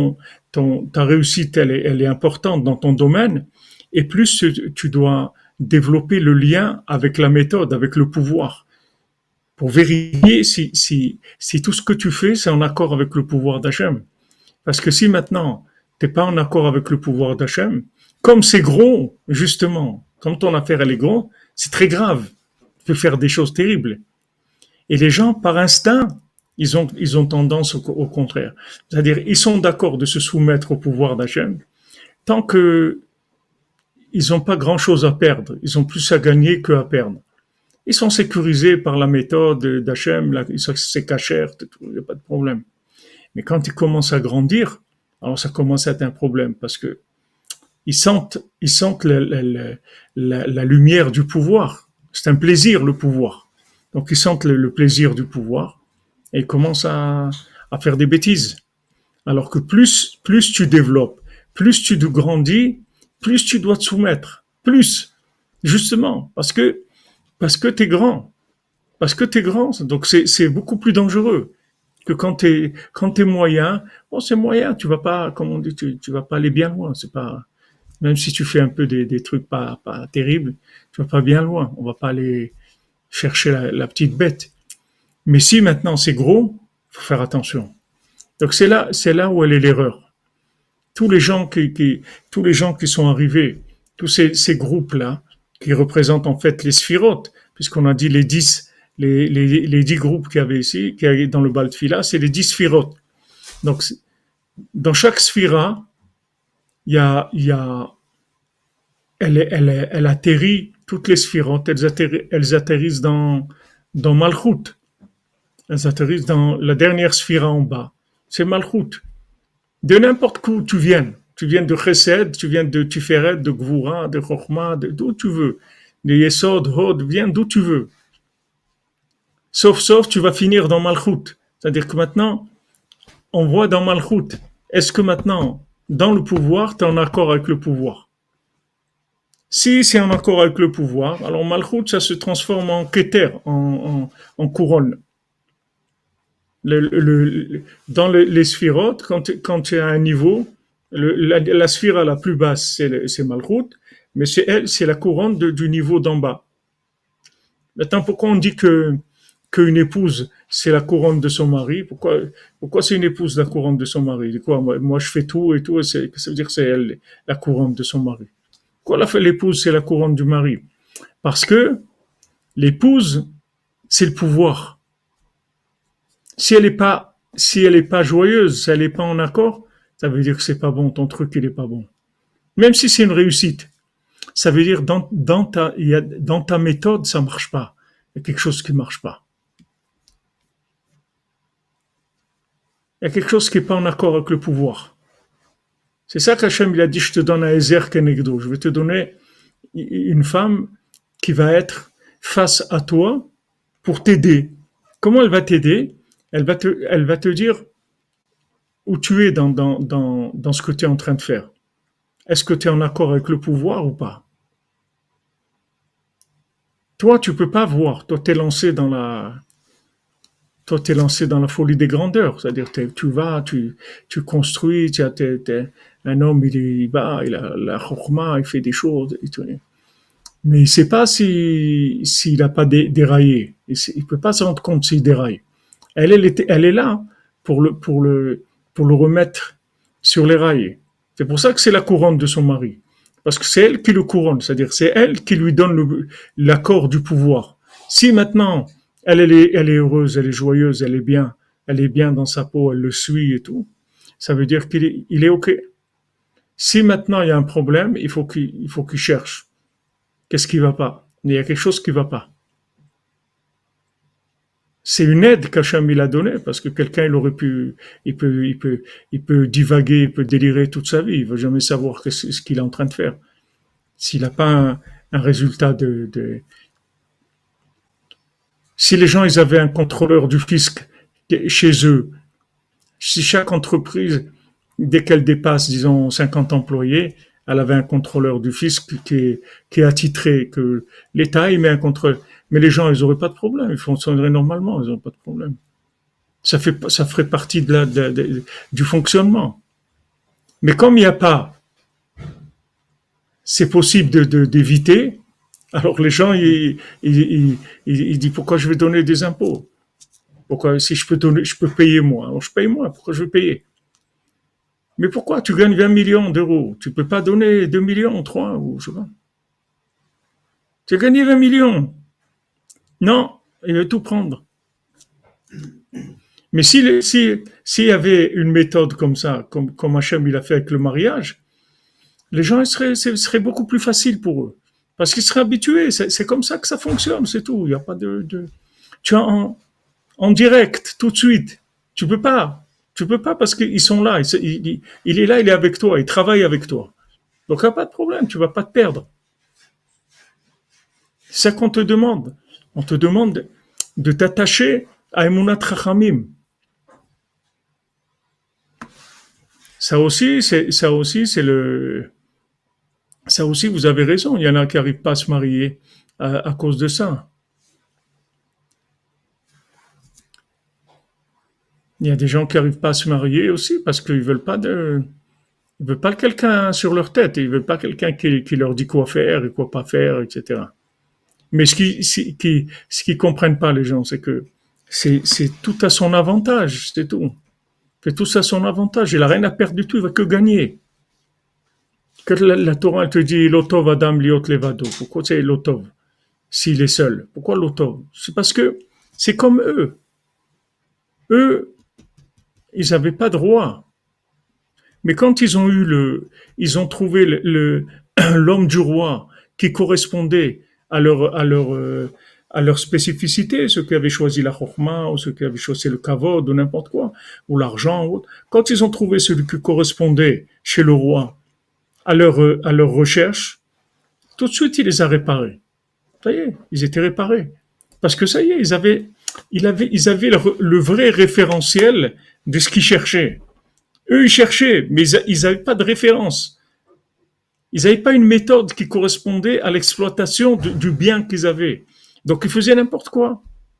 ta réussite elle est importante dans ton domaine, et plus tu dois développer le lien avec la méthode, avec le pouvoir, pour vérifier si tout ce que tu fais c'est en accord avec le pouvoir d'Hachem. Parce que si maintenant t'es pas en accord avec le pouvoir d'Hachem, comme c'est gros justement, comme ton affaire elle est gros, c'est très grave. Tu peux faire des choses terribles. Et les gens par instinct ils ont tendance au contraire. C'est-à-dire, ils sont d'accord de se soumettre au pouvoir d'Hachem tant que ils n'ont pas grand-chose à perdre. Ils ont plus à gagner qu'à perdre. Ils sont sécurisés par la méthode d'Hachem, c'est cachère, il n'y a pas de problème. Mais quand ils commencent à grandir, alors ça commence à être un problème parce que ils sentent la lumière du pouvoir. C'est un plaisir, le pouvoir. Donc ils sentent le plaisir du pouvoir et ils commencent à faire des bêtises. Alors que plus tu développes, plus tu grandis, plus tu dois te soumettre. Plus. Justement. Parce que t'es grand. Parce que t'es grand. Donc c'est beaucoup plus dangereux que quand t'es moyen. Bon, c'est moyen. Tu vas pas, comme on dit, tu vas pas aller bien loin. C'est pas, même si tu fais un peu des trucs pas terribles, tu vas pas bien loin. On va pas aller chercher la petite bête. Mais si maintenant c'est gros, faut faire attention. Donc c'est là où elle est l'erreur. Tous les gens qui sont arrivés, tous ces groupes-là, qui représentent en fait les sphirotes, puisqu'on a dit les 10 groupes qu'il y avait ici, qui y dans le Baal Tfila, c'est les 10 sphirotes. Donc, dans chaque sphira, il y a, elle atterrit, toutes les sphirotes, elles atterrissent dans Malchut. elles atterrissent dans la dernière sphira en bas. C'est Malchut. De n'importe où tu viens. Tu viens de Chesed, tu viens de Tiferet, de Gvura, de Chokhmah, d'où tu veux. De Yesod, Hod, viens d'où tu veux. Sauf, tu vas finir dans Malchut. C'est-à-dire que maintenant, on voit dans Malchut. Est-ce que maintenant, dans le pouvoir, tu es en accord avec le pouvoir? Si c'est en accord avec le pouvoir, alors Malchut, ça se transforme en Keter, en couronne. Dans les sphirotes, quand tu es à un niveau, la sphira la plus basse, c'est Malchut, mais c'est la couronne du niveau d'en bas. Maintenant, pourquoi on dit qu'une épouse, c'est la couronne de son mari? Pourquoi c'est une épouse la couronne de son mari? Quoi, moi, je fais tout et tout, ça veut dire que c'est elle la couronne de son mari. Pourquoi l'épouse, c'est la couronne du mari? Parce que l'épouse, c'est le pouvoir. Si elle est pas joyeuse, si elle est pas en accord, ça veut dire que c'est pas bon, ton truc il est pas bon. Même si c'est une réussite, ça veut dire dans ta méthode ça marche pas. Il y a quelque chose qui marche pas. Il y a quelque chose qui est pas en accord avec le pouvoir. C'est ça qu'Hachem il a dit, je te donne un Ezer Kenegdo. Je vais te donner une femme qui va être face à toi pour t'aider. Comment elle va t'aider? Elle va te dire où tu es dans ce que tu es en train de faire. Est-ce que tu es en accord avec le pouvoir ou pas? Toi, tu peux pas voir. Toi, tu es lancé dans la folie des grandeurs. C'est-à-dire, tu vas, tu construis, t'es un homme, il va, il a la chokhmah, il fait des choses. Mais il ne sait pas s'il n'a pas déraillé. Il ne peut pas se rendre compte s'il déraille. Elle est là pour le remettre sur les rails. C'est pour ça que c'est la couronne de son mari. Parce que c'est elle qui le couronne, c'est-à-dire c'est elle qui lui donne l'accord du pouvoir. Si maintenant elle est heureuse, elle est joyeuse, elle est bien dans sa peau, elle le suit et tout, ça veut dire qu'il est OK. Si maintenant il y a un problème, il faut qu'il cherche. Qu'est-ce qui va pas? Il y a quelque chose qui va pas. C'est une aide qu'Hachem il a donnée parce que quelqu'un il aurait pu, il peut divaguer, il peut délirer toute sa vie, il va jamais savoir ce qu'il est en train de faire. S'il n'a pas un résultat si les gens ils avaient un contrôleur du fisc chez eux, si chaque entreprise dès qu'elle dépasse disons 50 employés, elle avait un contrôleur du fisc qui est attitré, que l'État il met un contrôleur. Mais les gens, ils n'auraient pas de problème, ils fonctionneraient normalement, ils n'ont pas de problème. Ça ferait partie du fonctionnement. Mais comme il n'y a pas, c'est possible d'éviter, alors les gens, ils disent pourquoi je vais donner des impôts? Pourquoi, si je peux payer moins, alors je paye moins, pourquoi je vais payer? Mais pourquoi tu gagnes 20 millions d'euros? Tu ne peux pas donner 2 millions, 3 ou je sais pas. Tu as gagné 20 millions. Non, il va tout prendre. Mais s'il y avait une méthode comme ça, comme Hachem il a fait avec le mariage, les gens ce serait beaucoup plus facile pour eux. Parce qu'ils seraient habitués. C'est comme ça que ça fonctionne, c'est tout. Il n'y a pas tu as en direct, tout de suite. Tu peux pas. Tu peux pas parce qu'ils sont là. Il est là, il est avec toi, il travaille avec toi. Donc il n'y a pas de problème, tu vas pas te perdre. C'est ça qu'on te demande. On te demande de t'attacher à Emunat Chachamim. Ça aussi, vous avez raison. Il y en a qui n'arrivent pas à se marier à cause de ça. Il y a des gens qui n'arrivent pas à se marier aussi parce qu'ils ils veulent pas quelqu'un sur leur tête. Ils veulent pas quelqu'un qui leur dit quoi faire et quoi pas faire, etc. Mais ce qu'ils comprennent pas les gens, c'est que c'est tout à son avantage, c'est tout. C'est tout à son avantage. Il n'a rien à perdre du tout. Il va que gagner. Quand la Torah te dit l'otov adam liot levado, pourquoi c'est l'otov s'il est seul? Pourquoi l'otov? C'est parce que c'est comme eux. Eux, ils n'avaient pas de roi. Mais quand ils ont trouvé l'homme du roi qui correspondait à à leur spécificité, ceux qui avaient choisi la chokma, ou ceux qui avaient choisi le kavod, ou n'importe quoi, ou l'argent, ou autre. Quand ils ont trouvé celui qui correspondait chez le roi à leur recherche, tout de suite, il les a réparés. Ça y est, ils étaient réparés. Parce que ça y est, ils avaient le vrai référentiel de ce qu'ils cherchaient. Eux, ils cherchaient, mais ils n'avaient pas de référence. Ils n'avaient pas une méthode qui correspondait à l'exploitation du bien qu'ils avaient. Donc, ils faisaient n'importe quoi.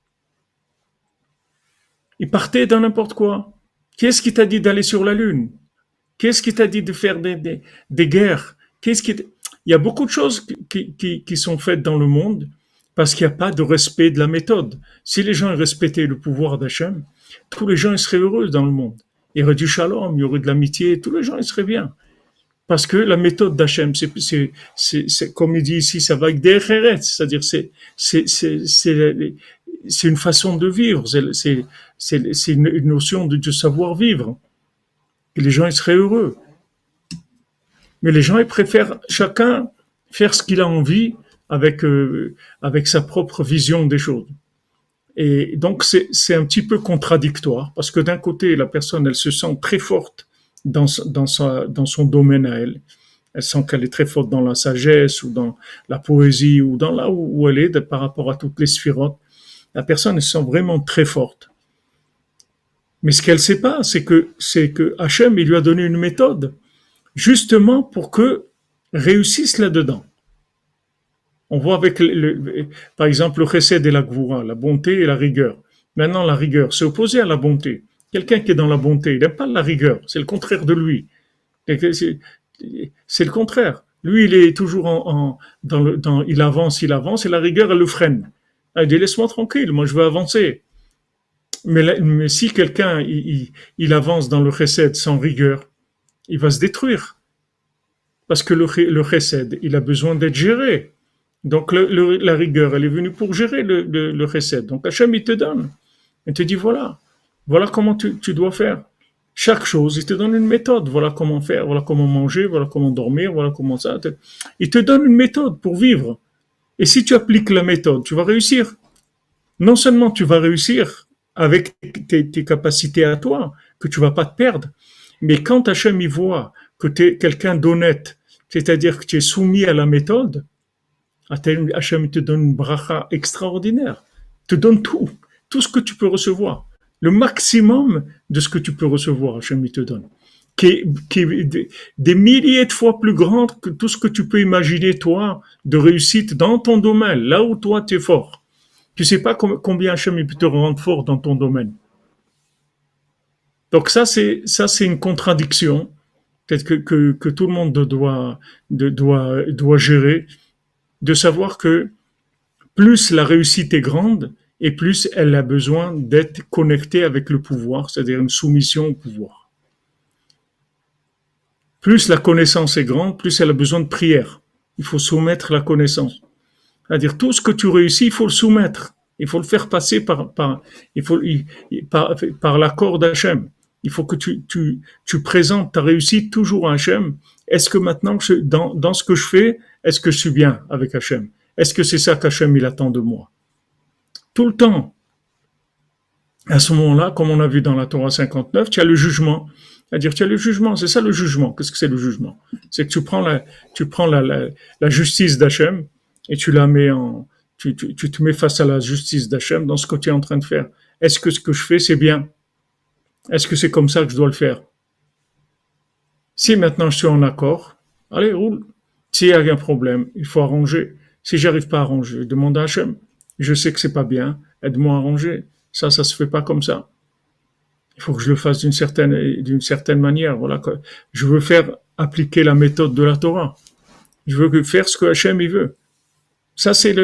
Ils partaient dans n'importe quoi. Qui est-ce qui t'a dit d'aller sur la Lune? Qui est-ce qui t'a dit de faire des guerres? Il y a beaucoup de choses qui sont faites dans le monde parce qu'il n'y a pas de respect de la méthode. Si les gens respectaient le pouvoir d'Hachem, tous les gens ils seraient heureux dans le monde. Il y aurait du shalom, il y aurait de l'amitié, tous les gens ils seraient bien. Parce que la méthode d'Hachem, c'est comme il dit ici, ça va avec des rérettes, c'est-à-dire c'est une façon de vivre, c'est une notion de savoir vivre. Et les gens ils seraient heureux. Mais les gens ils préfèrent chacun faire ce qu'il a envie avec sa propre vision des choses. Et donc c'est un petit peu contradictoire parce que d'un côté la personne elle se sent très forte dans son domaine à elle. Elle sent qu'elle est très forte dans la sagesse ou dans la poésie ou dans là où elle est par rapport à toutes les sphirotes. La personne elle se sent vraiment très forte. Mais ce qu'elle sait pas, c'est que Hachem il lui a donné une méthode justement pour que réussisse là-dedans. On voit avec par exemple le chesed et la gvoura, la bonté et la rigueur. Maintenant la rigueur, c'est opposé à la bonté. Quelqu'un qui est dans la bonté, il n'aime pas la rigueur, c'est le contraire de lui. C'est le contraire. Lui, il est toujours il avance, et la rigueur, elle le freine. Il dit, laisse-moi tranquille, moi je veux avancer. Mais si quelqu'un, il avance dans le chesed sans rigueur, il va se détruire. Parce que le chesed, il a besoin d'être géré. Donc la rigueur, elle est venue pour gérer le chesed. Donc Hachem, il te donne. Il te dit, voilà comment tu dois faire. Chaque chose, il te donne une méthode. Voilà comment faire, voilà comment manger, voilà comment dormir, voilà comment ça. Il te donne une méthode pour vivre. Et si tu appliques la méthode, tu vas réussir. Non seulement tu vas réussir avec tes capacités à toi, que tu vas pas te perdre, mais quand Hachem y voit que tu es quelqu'un d'honnête, c'est-à-dire que tu es soumis à la méthode, Hachem te donne une bracha extraordinaire, te donne tout ce que tu peux recevoir. Le maximum de ce que tu peux recevoir, Hachem te donne. Qui est des milliers de fois plus grande que tout ce que tu peux imaginer, toi, de réussite dans ton domaine, là où toi, tu es fort. Tu sais pas combien Hachem peut te rendre fort dans ton domaine. Donc ça, c'est une contradiction, peut-être que tout le monde doit gérer, de savoir que plus la réussite est grande, et plus elle a besoin d'être connectée avec le pouvoir, c'est-à-dire une soumission au pouvoir. Plus la connaissance est grande, plus elle a besoin de prière. Il faut soumettre la connaissance. C'est-à-dire tout ce que tu réussis, il faut le soumettre. Il faut le faire passer par l'accord d'Hachem. Il faut que tu présentes ta réussite toujours à Hachem. Est-ce que maintenant, dans ce que je fais, est-ce que je suis bien avec Hachem? Est-ce que c'est ça qu'Hachem il attend de moi? Tout le temps. À ce moment-là, comme on a vu dans la Torah 59, tu as le jugement. C'est-à-dire, tu as le jugement. C'est ça le jugement. Qu'est-ce que c'est le jugement? C'est que tu prends la justice d'Hachem et tu la mets tu te mets face à la justice d'Hachem dans ce que tu es en train de faire. Est-ce que ce que je fais, c'est bien? Est-ce que c'est comme ça que je dois le faire? Si maintenant je suis en accord, allez, roule. S'il y a un problème, il faut arranger. Si j'arrive pas à arranger, demande à Hachem. Je sais que c'est pas bien, aide-moi à arranger. Ça se fait pas comme ça. Il faut que je le fasse d'une certaine manière. Voilà. Je veux faire appliquer la méthode de la Torah. Je veux faire ce que Hachem il veut. Ça c'est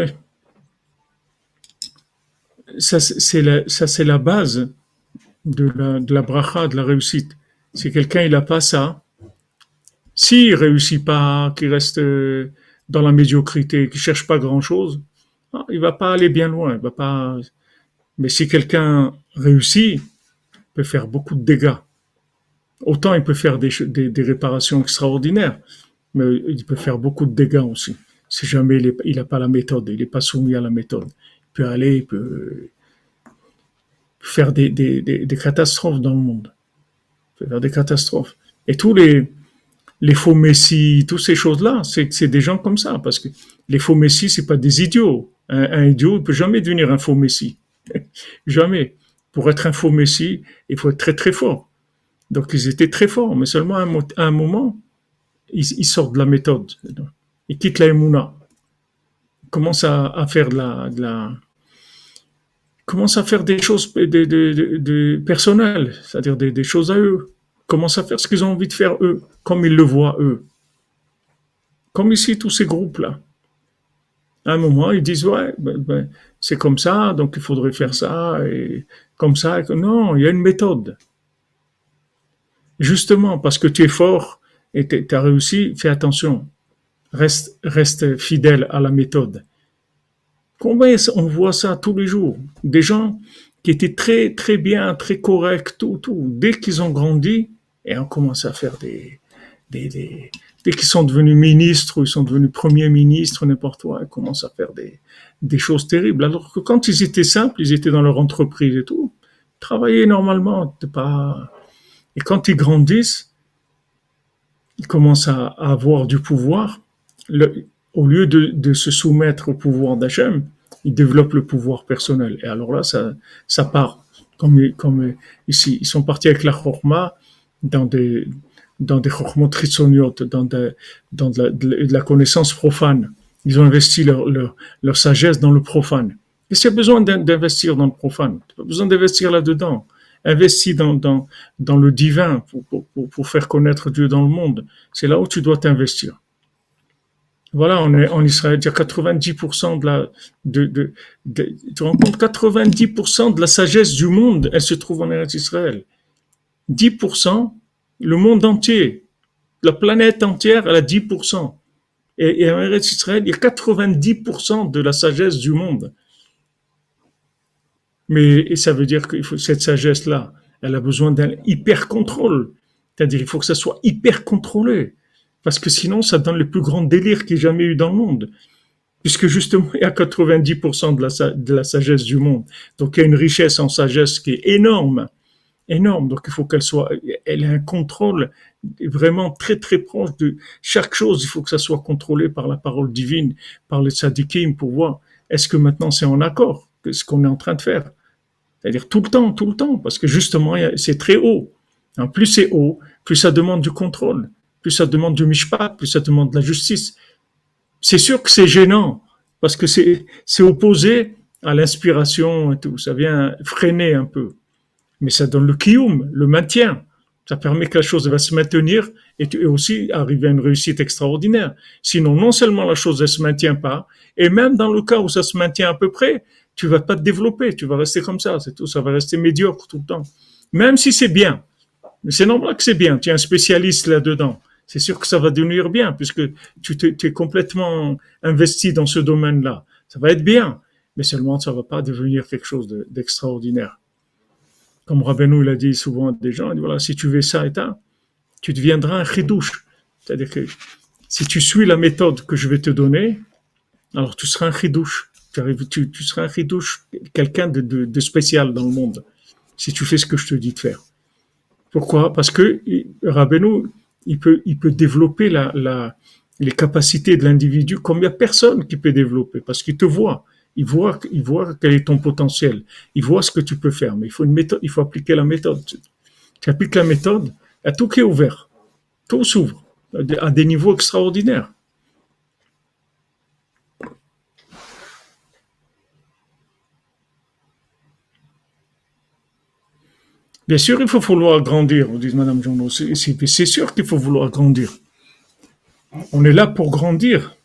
la base de la bracha, de la réussite. Si quelqu'un il a pas ça, s'il réussit pas, qu'il reste dans la médiocrité, qu'il cherche pas grand chose, il va pas aller bien loin. Il va pas. Mais si quelqu'un réussit, il peut faire beaucoup de dégâts. Autant il peut faire des réparations extraordinaires, mais il peut faire beaucoup de dégâts aussi. Si jamais il n'a pas la méthode, il n'est pas soumis à la méthode, il peut faire des catastrophes dans le monde. Il peut faire des catastrophes. Et tous les faux messies, toutes ces choses-là, c'est des gens comme ça, parce que les faux messies, c'est pas des idiots. Un idiot ne peut jamais devenir un faux messie. Jamais. Pour être un faux messie, il faut être très très fort. Donc ils étaient très forts, mais seulement à un moment, ils sortent de la méthode. Ils quittent la Emouna. Ils commencent à faire commencent à faire des choses personnelles, c'est-à-dire des choses à eux. Ils commencent à faire ce qu'ils ont envie de faire eux, comme ils le voient eux. Comme ici, tous ces groupes-là. À un moment, ils disent, ouais, c'est comme ça, donc il faudrait faire ça, et comme ça. Non, il y a une méthode. Justement, parce que tu es fort et tu as réussi, fais attention. Reste fidèle à la méthode. Combien on voit ça tous les jours? Des gens qui étaient très, très bien, très corrects, tout. Dès qu'ils ont grandi, et on commence à faire des, des- dès qu'ils sont devenus ministres, ou ils sont devenus premiers ministres, n'importe quoi, ils commencent à faire des choses terribles. Alors que quand ils étaient simples, ils étaient dans leur entreprise et tout, travaillaient normalement, pas. Et quand ils grandissent, ils commencent à avoir du pouvoir. Au lieu de se soumettre au pouvoir d'Hachem, ils développent le pouvoir personnel. Et alors là, ça part. Comme ici, ils sont partis avec la chorma dans des chormot tritsoniotes, dans de la connaissance profane. Ils ont investi leur sagesse dans le profane. Et s'il y a besoin d'investir dans le profane, tu n'as pas besoin d'investir là-dedans. Investis dans le divin pour faire connaître Dieu dans le monde. C'est là où tu dois t'investir. Voilà, on est en Israël, il y a 90% tu te rends compte, 90% de la sagesse du monde, elle se trouve en Israël. 10%, le monde entier, la planète entière, elle a 10%. Et en Israël, il y a 90% de la sagesse du monde. Mais ça veut dire que cette sagesse-là, elle a besoin d'un hyper contrôle. C'est-à-dire, il faut que ça soit hyper contrôlé. Parce que sinon, ça donne le plus grand délire qu'il y ait jamais eu dans le monde. Puisque justement, il y a 90% de la sagesse du monde. Donc, il y a une richesse en sagesse qui est énorme. Énorme. Donc, il faut elle ait un contrôle vraiment très, très proche de chaque chose. Il faut que ça soit contrôlé par la parole divine, par les tzadikim pour voir est-ce que maintenant c'est en accord avec ce qu'on est en train de faire. C'est-à-dire tout le temps, parce que justement, c'est très haut. En plus c'est haut, plus ça demande du contrôle, plus ça demande du mishpat, plus ça demande de la justice. C'est sûr que c'est gênant, parce que c'est opposé à l'inspiration et tout. Ça vient freiner un peu. Mais ça donne le kiyum, le maintien. Ça permet que la chose va se maintenir et aussi arriver à une réussite extraordinaire. Sinon, non seulement la chose ne se maintient pas, et même dans le cas où ça se maintient à peu près, tu vas pas te développer, tu vas rester comme ça, c'est tout, ça va rester médiocre tout le temps. Même si c'est bien, mais c'est normal que c'est bien, tu es un spécialiste là-dedans. C'est sûr que ça va devenir bien puisque tu es complètement investi dans ce domaine-là. Ça va être bien, mais seulement ça va pas devenir quelque chose d'extraordinaire. Comme Rabbeinu il a dit souvent à des gens, il dit, voilà, si tu veux ça et ça, tu deviendras un chidouche. C'est-à-dire que si tu suis la méthode que je vais te donner, alors tu seras un chidouche. Tu seras un chidouche, quelqu'un de spécial dans le monde, si tu fais ce que je te dis de faire. Pourquoi? Parce que Rabbeinu, il peut développer les capacités de l'individu comme il n'y a personne qui peut développer, parce qu'il te voit. Il voit quel est ton potentiel. Il voit ce que tu peux faire. Mais il faut une méthode, il faut appliquer la méthode. Tu appliques la méthode, à tout qui est ouvert. Tout s'ouvre à des niveaux extraordinaires. Bien sûr, il faut vouloir grandir, dit Madame Journaux. C'est sûr qu'il faut vouloir grandir. On est là pour grandir.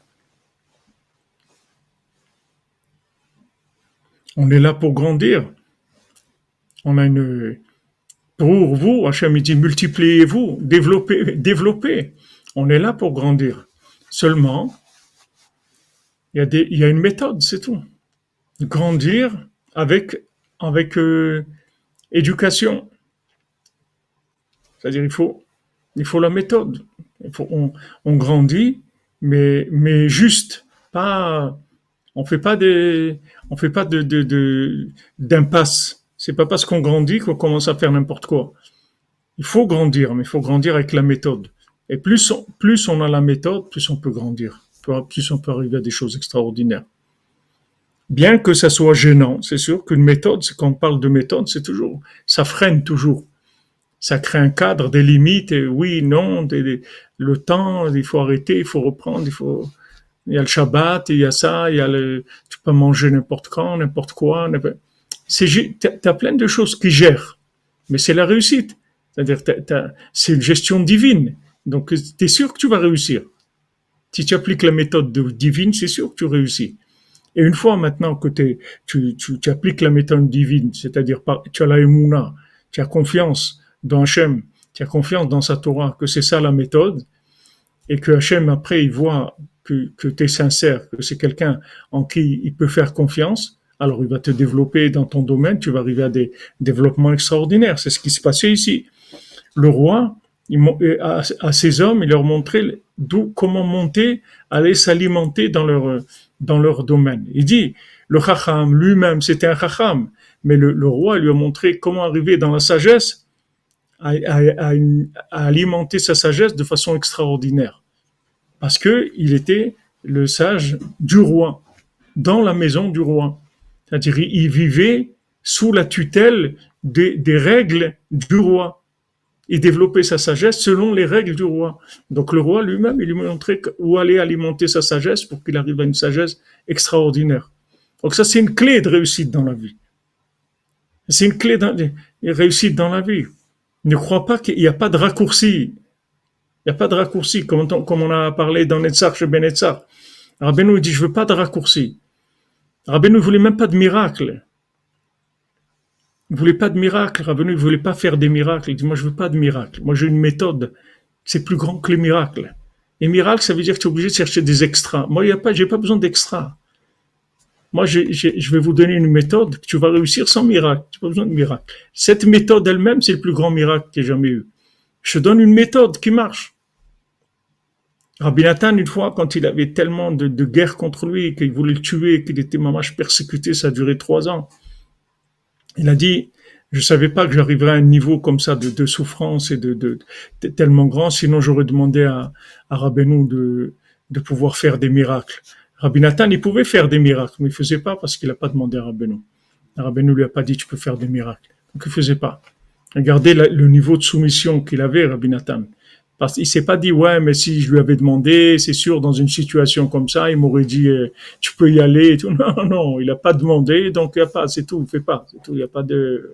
On est là pour grandir. On a une. Pour vous, Hachem dit multipliez-vous, développez. On est là pour grandir. Seulement, il y a une méthode, c'est tout. Grandir avec éducation. C'est-à-dire, il faut la méthode. On grandit, mais juste. Pas, on fait pas d'impasse. C'est pas parce qu'on grandit qu'on commence à faire n'importe quoi. Il faut grandir, mais il faut grandir avec la méthode. Et plus on a la méthode, plus on peut grandir. Plus on peut arriver à des choses extraordinaires. Bien que ça soit gênant, c'est sûr qu'une méthode, quand on parle de méthode, c'est toujours, ça freine toujours. Ça crée un cadre, des limites, et oui, non, le temps, il faut arrêter, il faut reprendre, il y a le Shabbat, il y a ça, tu peux manger n'importe quand, n'importe quoi. T'as plein de choses qui gèrent, mais c'est la réussite. C'est-à-dire, c'est une gestion divine. Donc, t'es sûr que tu vas réussir. Si tu appliques la méthode divine, c'est sûr que tu réussis. Et une fois maintenant que tu appliques la méthode divine, c'est-à-dire tu as la émouna, tu as confiance dans Hachem, tu as confiance dans sa Torah, que c'est ça la méthode, et que Hachem après il voit que tu es sincère, que c'est quelqu'un en qui il peut faire confiance, alors il va te développer dans ton domaine, tu vas arriver à des développements extraordinaires. C'est ce qui se passait ici. Le roi, à ces hommes, il leur montrait comment monter, aller s'alimenter dans leur domaine. Il dit, le Chacham lui-même, c'était un Chacham, mais le roi lui a montré comment arriver dans la sagesse à alimenter sa sagesse de façon extraordinaire. Parce que il était le sage du roi, dans la maison du roi. C'est-à-dire, il vivait sous la tutelle des règles du roi. Il développait sa sagesse selon les règles du roi. Donc le roi lui-même, il lui montrait où aller alimenter sa sagesse pour qu'il arrive à une sagesse extraordinaire. Donc ça, c'est une clé de réussite dans la vie. C'est une clé de réussite dans la vie. Ne crois pas qu'il n'y a pas de raccourci. Il n'y a pas de raccourci, comme on a parlé dans Netzach chez Ben Netzach. Rabbeinu dit, je veux pas de raccourci. Rabbeinu ne voulait même pas de miracle. Il ne voulait pas de miracle. Rabbeinu ne voulait pas faire des miracles. Il dit, moi, je veux pas de miracle. Moi, j'ai une méthode. C'est plus grand que les miracles. Les miracles, ça veut dire que tu es obligé de chercher des extras. Moi, j'ai pas besoin d'extras. Moi, je vais vous donner une méthode que tu vas réussir sans miracle. Tu n'as pas besoin de miracle. Cette méthode elle-même, c'est le plus grand miracle qu'il y ait jamais eu. Je te donne une méthode qui marche. Rabbi Nathan, une fois, quand il avait tellement de guerre contre lui, qu'il voulait le tuer, qu'il était mamache persécuté, ça a duré 3 ans. Il a dit, je savais pas que j'arriverais à un niveau comme ça de souffrance et de tellement grand, sinon j'aurais demandé à Rabbeinu de pouvoir faire des miracles. Rabbi Nathan, il pouvait faire des miracles, mais il faisait pas parce qu'il a pas demandé à Rabbeinu. Rabbeinu lui a pas dit, tu peux faire des miracles. Donc il faisait pas. Regardez le niveau de soumission qu'il avait, Rabbi Nathan. Parce qu'il s'est pas dit, ouais, mais si je lui avais demandé, c'est sûr, dans une situation comme ça, il m'aurait dit, tu peux y aller et tout. Non, non, il a pas demandé, donc il y a pas, c'est tout, fais pas, c'est tout, il y a pas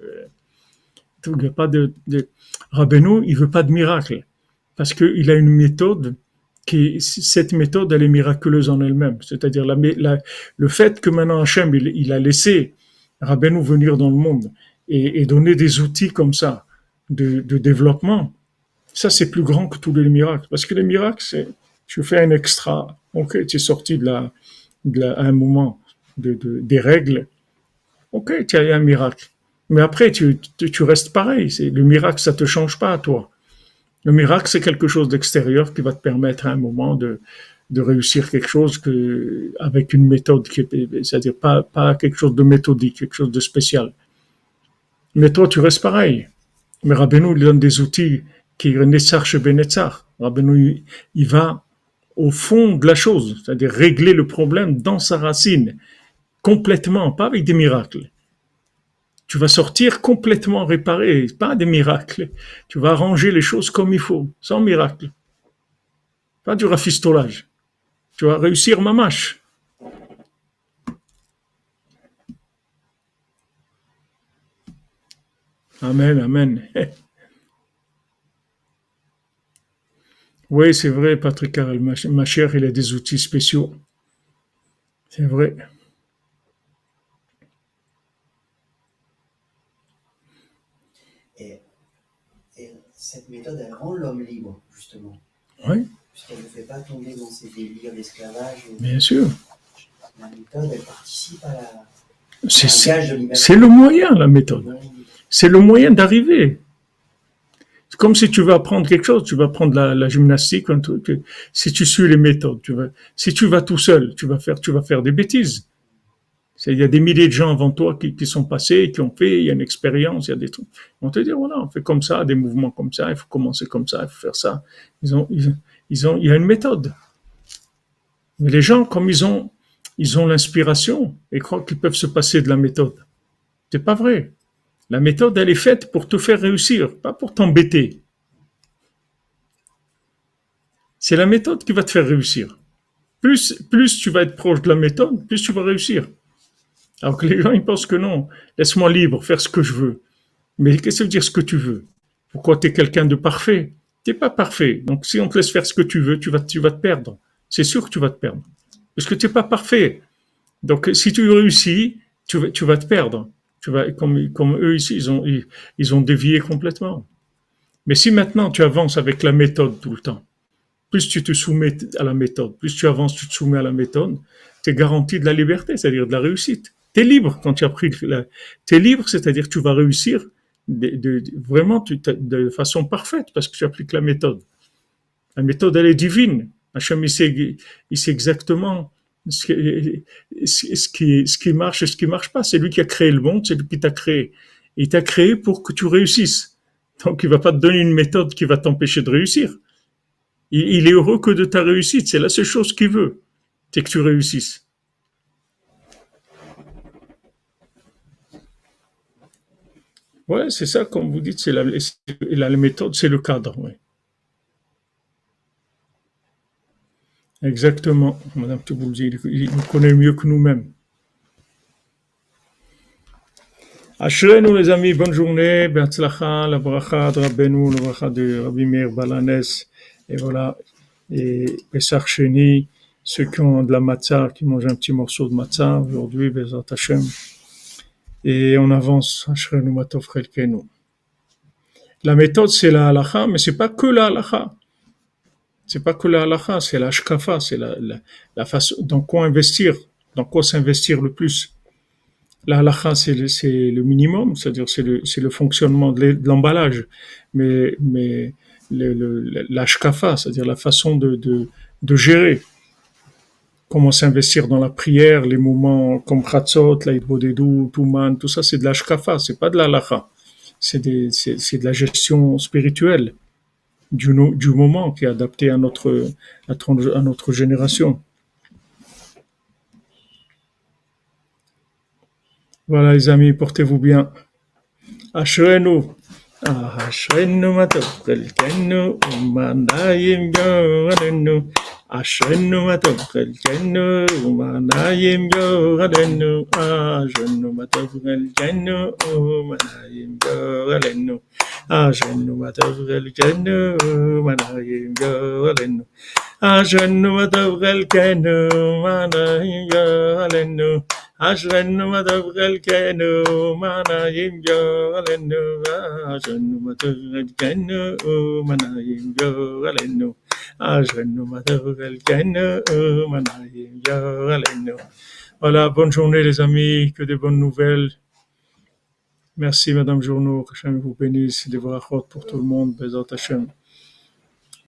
Rabbeinu, il veut pas de miracle. Parce qu'il a une méthode cette méthode, elle est miraculeuse en elle-même. C'est-à-dire, le fait que maintenant Hachem, il a laissé Rabbeinu venir dans le monde et donner des outils comme ça de développement, ça, c'est plus grand que tous les miracles. Parce que les miracles, c'est, tu fais un extra. Ok, tu es sorti à un moment des règles. Ok, tu as un miracle. Mais après, tu restes pareil. Le miracle, ça te change pas à toi. Le miracle, c'est quelque chose d'extérieur qui va te permettre à un moment de réussir quelque chose avec une méthode c'est-à-dire pas quelque chose de méthodique, quelque chose de spécial. Mais toi, tu restes pareil. Mais Rabbeinu lui donne des outils qui est Netzach chez Ben Netzach. Rabbeinu, il va au fond de la chose, c'est-à-dire régler le problème dans sa racine, complètement, pas avec des miracles. Tu vas sortir complètement réparé, pas des miracles. Tu vas arranger les choses comme il faut, sans miracle. Pas du rafistolage. Tu vas réussir mamache. Amen, amen. Oui, c'est vrai, Patrick Carrel, ma chère, il a des outils spéciaux. C'est vrai. Et cette méthode, elle rend l'homme libre, justement. Oui. Puisqu'elle ne fait pas tomber dans ces délires d'esclavage. Bien sûr. La méthode, elle participe à la... C'est le moyen, la méthode. C'est le moyen d'arriver. Comme si tu veux apprendre quelque chose, tu vas apprendre la gymnastique, un truc. Si tu suis les méthodes, si tu vas tout seul, tu vas faire des bêtises. Il y a des milliers de gens avant toi qui sont passés, qui ont fait, il y a une expérience, il y a des trucs. On te dit, voilà, on fait comme ça, des mouvements comme ça, il faut commencer comme ça, il faut faire ça. Il y a une méthode. Mais les gens, comme ils ont l'inspiration et croient qu'ils peuvent se passer de la méthode. C'est pas vrai. La méthode, elle est faite pour te faire réussir, pas pour t'embêter. C'est la méthode qui va te faire réussir. Plus tu vas être proche de la méthode, plus tu vas réussir. Alors que les gens, ils pensent que non. Laisse-moi libre, faire ce que je veux. Mais qu'est-ce que ça veut dire ce que tu veux? Pourquoi tu es quelqu'un de parfait? Tu n'es pas parfait. Donc si on te laisse faire ce que tu veux, tu vas te perdre. C'est sûr que tu vas te perdre. Parce que tu n'es pas parfait. Donc si tu réussis, tu vas te perdre. Comme eux ici, ils ont dévié complètement. Mais si maintenant tu avances avec la méthode tout le temps, plus tu te soumets à la méthode, plus tu avances, tu te soumets à la méthode, tu es garanti de la liberté, c'est-à-dire de la réussite. Tu es libre quand tu as pris tu es libre, c'est-à-dire que tu vas réussir vraiment de façon parfaite parce que tu appliques la méthode. La méthode, elle est divine. Hachem, il sait exactement ce qui marche et ce qui marche pas. C'est lui qui a créé le monde, c'est lui qui t'a créé. Il t'a créé pour que tu réussisses. Donc, il va pas te donner une méthode qui va t'empêcher de réussir. Il est heureux que de ta réussite. C'est la seule chose qu'il veut. C'est que tu réussisses. Ouais, c'est ça, comme vous dites, la méthode, c'est le cadre. Ouais. Exactement. Madame Touboulzi, il nous connaît mieux que nous-mêmes. Ashrenu, les amis, bonne journée. Be'atzlacha, la bracha de Rabbeinu, la bracha de Rabbi Meir Balanes. Et voilà. Et Pessach Sheni, ceux qui ont de la matzah, qui mangent un petit morceau de matzah aujourd'hui, Bezat Hashem. Et on avance. Ashrenu matov chelkenu. La méthode, c'est la halacha, mais c'est pas que la halacha. C'est pas que la halacha, c'est la shkafa, c'est la façon, dans quoi investir, dans quoi s'investir le plus. La halacha, c'est le minimum, c'est-à-dire c'est le fonctionnement de l'emballage. Mais la shkafa, c'est-à-dire la façon de gérer, comment s'investir dans la prière, les moments comme Chatzot, l'Aïd Bodedou, Touman, tout ça, c'est de la shkafa, c'est pas de la halacha. C'est de la gestion spirituelle du moment qui est adapté à notre génération. Voilà les amis, portez-vous bien. Ashrenu. Ashrenu matov chelkenu umanayim yorenu. Ashrenu matov chelkenu umanayim yorenu. Ashrenu matov chelkenu umanayim yorenu. Ashrenu matov chelkenu umanayim yorenu. Ashrenu matov chelkenu umanayim yorenu. Ashrenu matov chelkenu manayim yorenu. Ashrenu matov chelkenu manayim yorenu. Ashrenu matov chelkenu manayim yorenu. Voilà, bonne journée les amis, que de bonnes nouvelles. Merci Madame Journeau, que Hachem vous bénisse, des brachot pour tout le monde, Bezat Hashem.